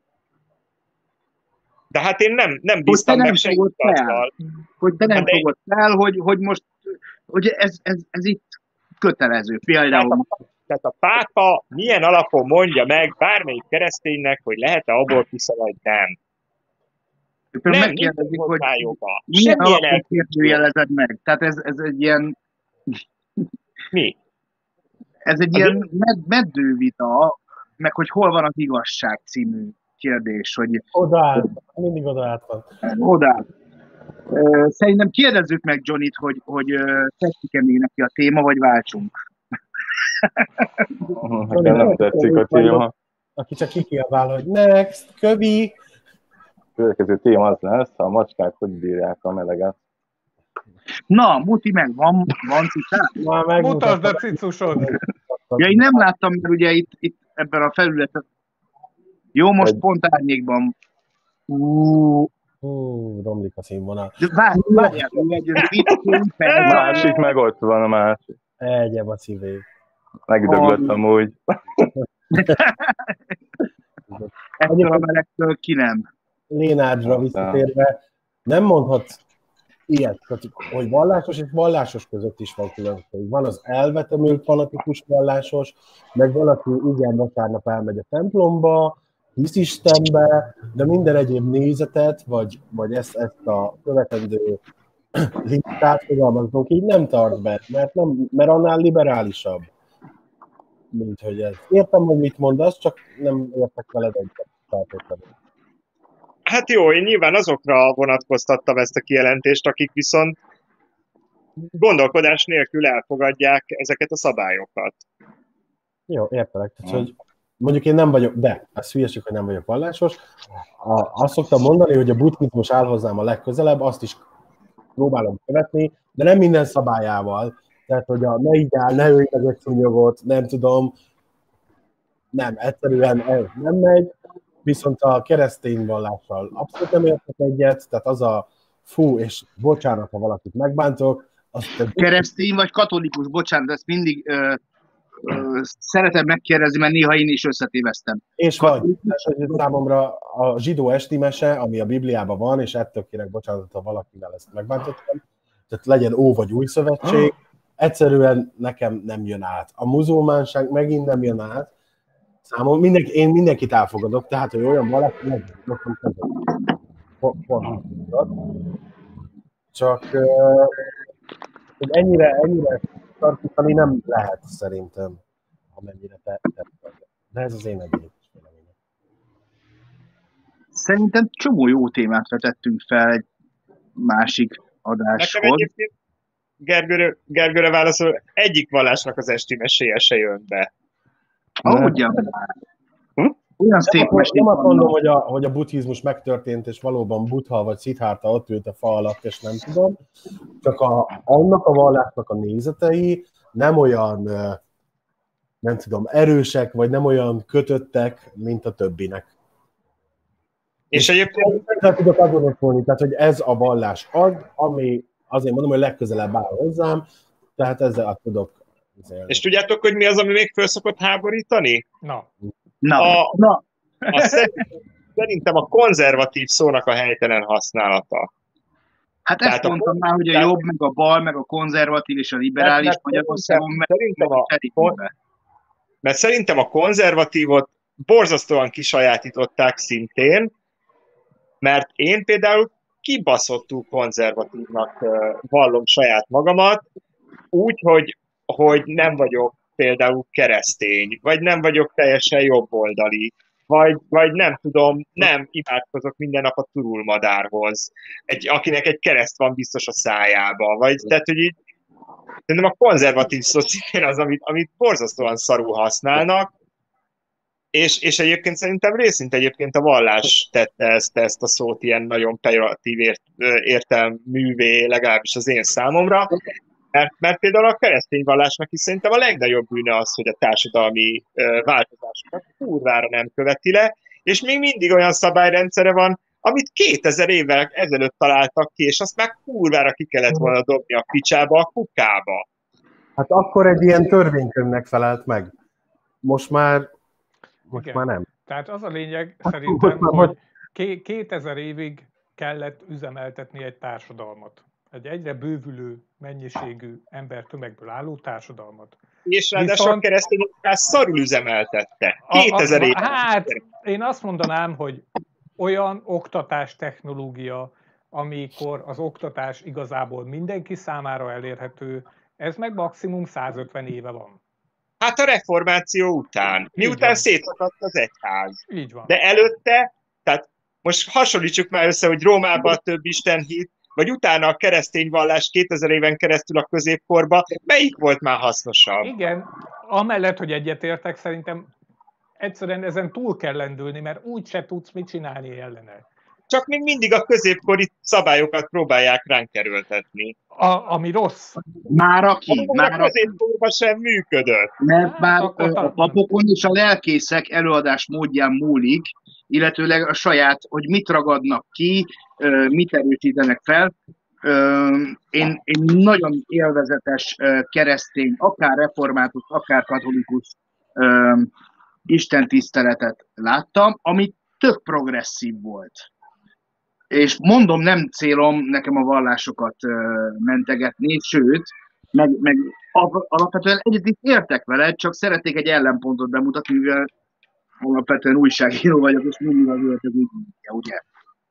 de hát én nem, nem bíztam hogy meg senkit azzal. Hogy te nem hát fogod én... fel, hogy, hogy most hogy ez, ez, ez itt kötelező. Például... Tehát a, tehát a pápa milyen alapon mondja meg bármelyik kereszténynek, hogy lehet-e abortusza, vagy nem. Nem, megkérdezik, hogy joga. milyen alapon kérdőjelezed meg. Tehát ez, ez egy ilyen... Mi? Ez egy a ilyen med- meddővita, meg hogy hol van az igazság című kérdés, hogy... Odaállt, mindig odaállt van. Odaállt. Szerintem kérdezzük meg Johnnyt, hogy, hogy tetszik-e még neki a téma, vagy váltsunk. Nekem nem tetszik a téma. Aki csak kikiabál, hogy next, kövi. A következő téma az lesz, a macskák hogy bírják a meleget. Na, Muti meg, van, van cicát? Mutasd a cicusod! Ja, én nem láttam, mert ugye itt, itt ebben a felületen. Jó, most egy... pont árnyékban. Ú, uh, romlik a színvonal. De várj, várjál, egy A másik meg ott van a másik. Egyem a szívé. Megdöglött amúgy. Ettől a melegtől ki nem. Lénádra visszatérve, nem mondhatsz ilyet, hogy vallásos és vallásos között is van különbség. Van az elvetemült fanatikus vallásos, meg van, aki igen, vasárnap elmegy a templomba, hisz Istenbe, de minden egyéb nézetet, vagy, vagy ezt, ezt a követendő listát, fogalmazunk így, nem tart be, mert, nem, mert annál liberálisabb, mint hogy ez. Értem, hogy mit mondasz, csak nem értek veled egyet. Hát jó, én nyilván azokra vonatkoztattam ezt a kijelentést, akik viszont gondolkodás nélkül elfogadják ezeket a szabályokat. Jó, értelek. Tehát, hogy mondjuk én nem vagyok, de ez hülyeség, hogy nem vagyok vallásos. A, azt szoktam mondani, hogy a buddhizmus áll hozzám a legközelebb, azt is próbálom követni, de nem minden szabályával. Tehát, hogy a ne így áll, ne ölj meg egy szúnyogot, nem tudom, nem, egyszerűen ez nem megy. Viszont a keresztény vallással abszolút nem értek egyet, tehát az a fú, és bocsánat, ha valakit megbántok. Azt keresztény vagy katolikus, bocsánat, ezt mindig ö, ö, szeretem megkérdezni, mert néha én is összetéveztem. És vagy, tehát, számomra a zsidó esti mese, ami a Bibliában van, és ettől kérek bocsánatot, ha valakivel ezt megbántottam, tehát legyen Ó vagy Új Szövetség, egyszerűen nekem nem jön át. A muzulmánság megint nem jön át, számomra mindenki, én mindenkit elfogadok, tehát, hogy olyan valaki, megfogadom csak hogy ennyire, ennyire tartani nem lehet szerintem, amennyire te, te de ez az én egyébként véleményem. Szerintem csomó jó témát vetettünk fel egy másik adáshoz. Nekem egyébként Gergőre, Gergőre válaszol, egyik vallásnak az esti meséje se jön be. Ahogyan már. Hm? Olyan szép mesék Nem azt mondom, hogy a, hogy a buddhizmus megtörtént, és valóban Buddha vagy Szidhárta ott ült a fa alatt, és nem tudom. Csak a, annak a vallásnak a nézetei nem olyan, nem tudom, erősek, vagy nem olyan kötöttek, mint a többinek. És, és egyébként... Nem tudok azonosulni, tehát hogy ez a vallás az, ami azért mondom, hogy legközelebb áll hozzám, tehát ezzel tudok. És tudjátok, hogy mi az, ami még föl szokott háborítani? Na. Na. A, Na. a szerintem, szerintem a konzervatív szónak a helytelen használata. Hát ezt tehát mondtam a, már, hogy a jobb, meg a bal, meg a konzervatív és a liberális Magyarországon, mert szerintem a, a, mert szerintem a konzervatívot borzasztóan kisajátították szintén, mert én például kibaszottul konzervatívnak vallom saját magamat, úgy, hogy, hogy nem vagyok például keresztény, vagy nem vagyok teljesen jobboldali, vagy, vagy nem tudom, nem imádkozok minden nap a turulmadárhoz, egy, akinek egy kereszt van biztos a szájába, vagy tehát, hogy így szerintem a konzervatív szocién az, amit, amit borzasztóan szarul használnak, és, és egyébként szerintem részint egyébként a vallás tette ezt, ezt a szót ilyen nagyon pejoratív ért, értelművé, legalábbis az én számomra, mert, mert például a keresztény vallásnak is szerintem a legnagyobb bűne az, hogy a társadalmi uh, változásokat kurvára nem követi le, és még mindig olyan szabályrendszere van, amit kétezer évvel ezelőtt találtak ki, és azt már kurvára ki kellett volna dobni a picsába, a kukába. Hát akkor egy ilyen törvénykönyvnek felelt meg. Most már, most Igen. már nem. Tehát az a lényeg szerintem, hogy kétezer évig kellett üzemeltetni egy társadalmat. Egy egyre bővülő mennyiségű embertömegből álló társadalmat. És ráadásul Viszont... a keresztényokás szarul üzemeltette. kétezer év. Hát, én azt mondanám, hogy olyan oktatás technológia, amikor az oktatás igazából mindenki számára elérhető, ez meg maximum százötven éve van. Hát a reformáció után, miután szétszakadt az egyház. Így van. De előtte, tehát most hasonlítsuk már össze, hogy Rómában több istenhit, vagy utána a keresztény vallás kétezer éven keresztül a középkorba, melyik volt már hasznosabb? Igen, amellett, hogy egyetértek, szerintem egyszerűen ezen túl kell lendülni, mert úgy se tudsz mit csinálni ellene. Csak még mindig a középkori szabályokat próbálják ránk erőltetni. A, ami rossz. Már aki. A, már a középkorban sem működött. Mert hát, már akkor a papokon és a lelkészek előadás módján múlik, illetőleg a saját, hogy mit ragadnak ki, mit erősítenek fel. Én, én nagyon élvezetes keresztény, akár református, akár katolikus istentiszteletet láttam, ami tök progresszív volt. És mondom, nem célom nekem a vallásokat mentegetni, sőt, meg, meg alapvetően egyet is értek vele, csak szeretnék egy ellenpontot bemutatni, mivel alapvetően újságíró vagyok, és mindig az életek úgy, ugye.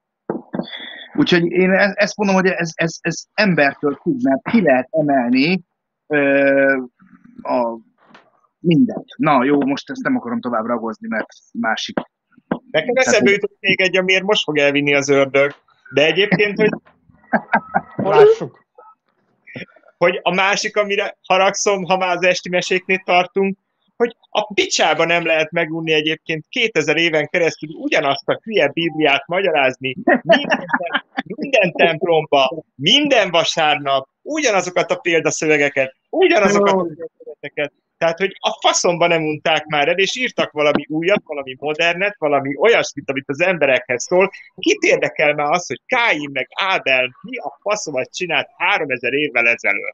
Úgyhogy én ezt mondom, hogy ez, ez, ez embertől függ, mert ki lehet emelni ö, a mindent. Na jó, most ezt nem akarom tovább ragozni, mert másik. Nekem eszembe jutott még egy, amiért most fog elvinni az ördög, de egyébként, hogy... Lássuk. Hogy a másik, amire haragszom, ha már az esti meséknél tartunk, hogy a picsába nem lehet megunni egyébként kétezer éven keresztül ugyanazt a hülye Bibliát magyarázni minden, minden templomba, minden vasárnap, ugyanazokat a példaszövegeket, ugyanazokat a példaszövegeket. Tehát, hogy a faszomba nem unták már el, és írtak valami újat, valami modernet, valami olyasmit, amit az emberekhez szól. Kit érdekel már az, hogy Káin meg Ábel mi a faszomat csinált háromezer évvel ezelőtt?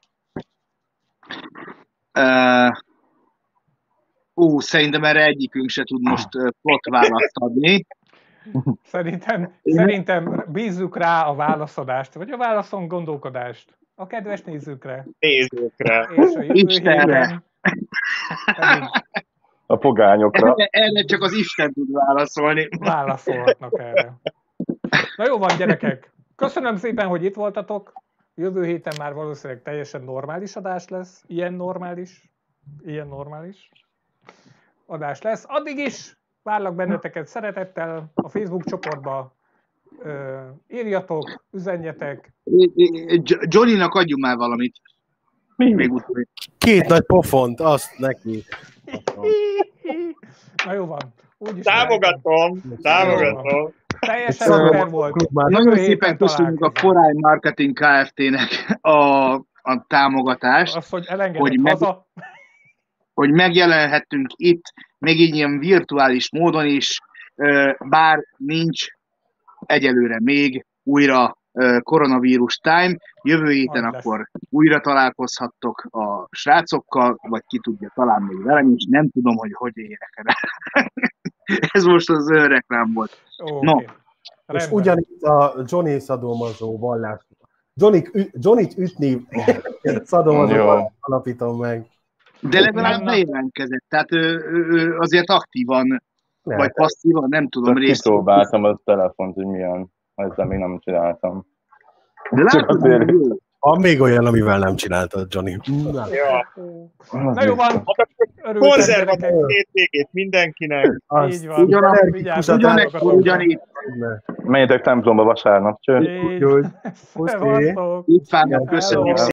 Uh, ú, szerintem erre egyikünk se tud most uh, plot választ adni. Szerintem, szerintem bízzuk rá a válaszadást, vagy a válaszon gondolkodást a kedves nézőkre. Nézőkre. És a jövő Istenre. Pedig a pogányokra. Erre csak az Isten tud válaszolni. Válaszolhatnak erre. Na jó van, gyerekek. Köszönöm szépen, hogy itt voltatok. Jövő héten már valószínűleg teljesen normális adás lesz. Ilyen normális. Ilyen normális adás lesz. Addig is várlak benneteket szeretettel a Facebook csoportba. Ö, írjatok, üzenjetek. Johnnynak adjunk már valamit. Még utána. Két nagy pofont, azt neki. Na jó van. Úgyis támogatom, támogatom. Teljesen szuper volt. Nagyon szépen köszönjük a Korály Marketing Kft-nek a, a támogatást. Azt, hogy elengedett hogy meg, haza. Hogy megjelenhettünk itt, még így ilyen virtuális módon is, bár nincs egyelőre még újra koronavírus time. Jövő héten Majd akkor lesz. újra találkozhattok a srácokkal, vagy ki tudja, talán még velem is. Nem tudom, hogy hogy érek el. Ez most az önreklám volt. Ó, no. okay. És ugyanígy a Johnny szadomazó vallás. Johnny, Johnny-t ütni szadomazó alapítom meg. De legalább bejelentkezett. Tehát ő, ő, ő azért aktívan, ne. vagy passzívan, nem tudom részt. Kipróbáltam a telefont, hogy milyen. Ezzel még nem csináltam. De látod, hogy jó. Van még olyan, amivel nem csináltad, Johnny. Na. Ja. Na jó van, örültek Konzervatív gyerekek. hétvégét mindenkinek. Így van. Ugyanak- Vigyázzatok ugyanek- magatokra. ugyanígy. Menjetek templomba vasárnap, cső. Így. Úgy, Szevasztok. Itt van, köszönjük Hello.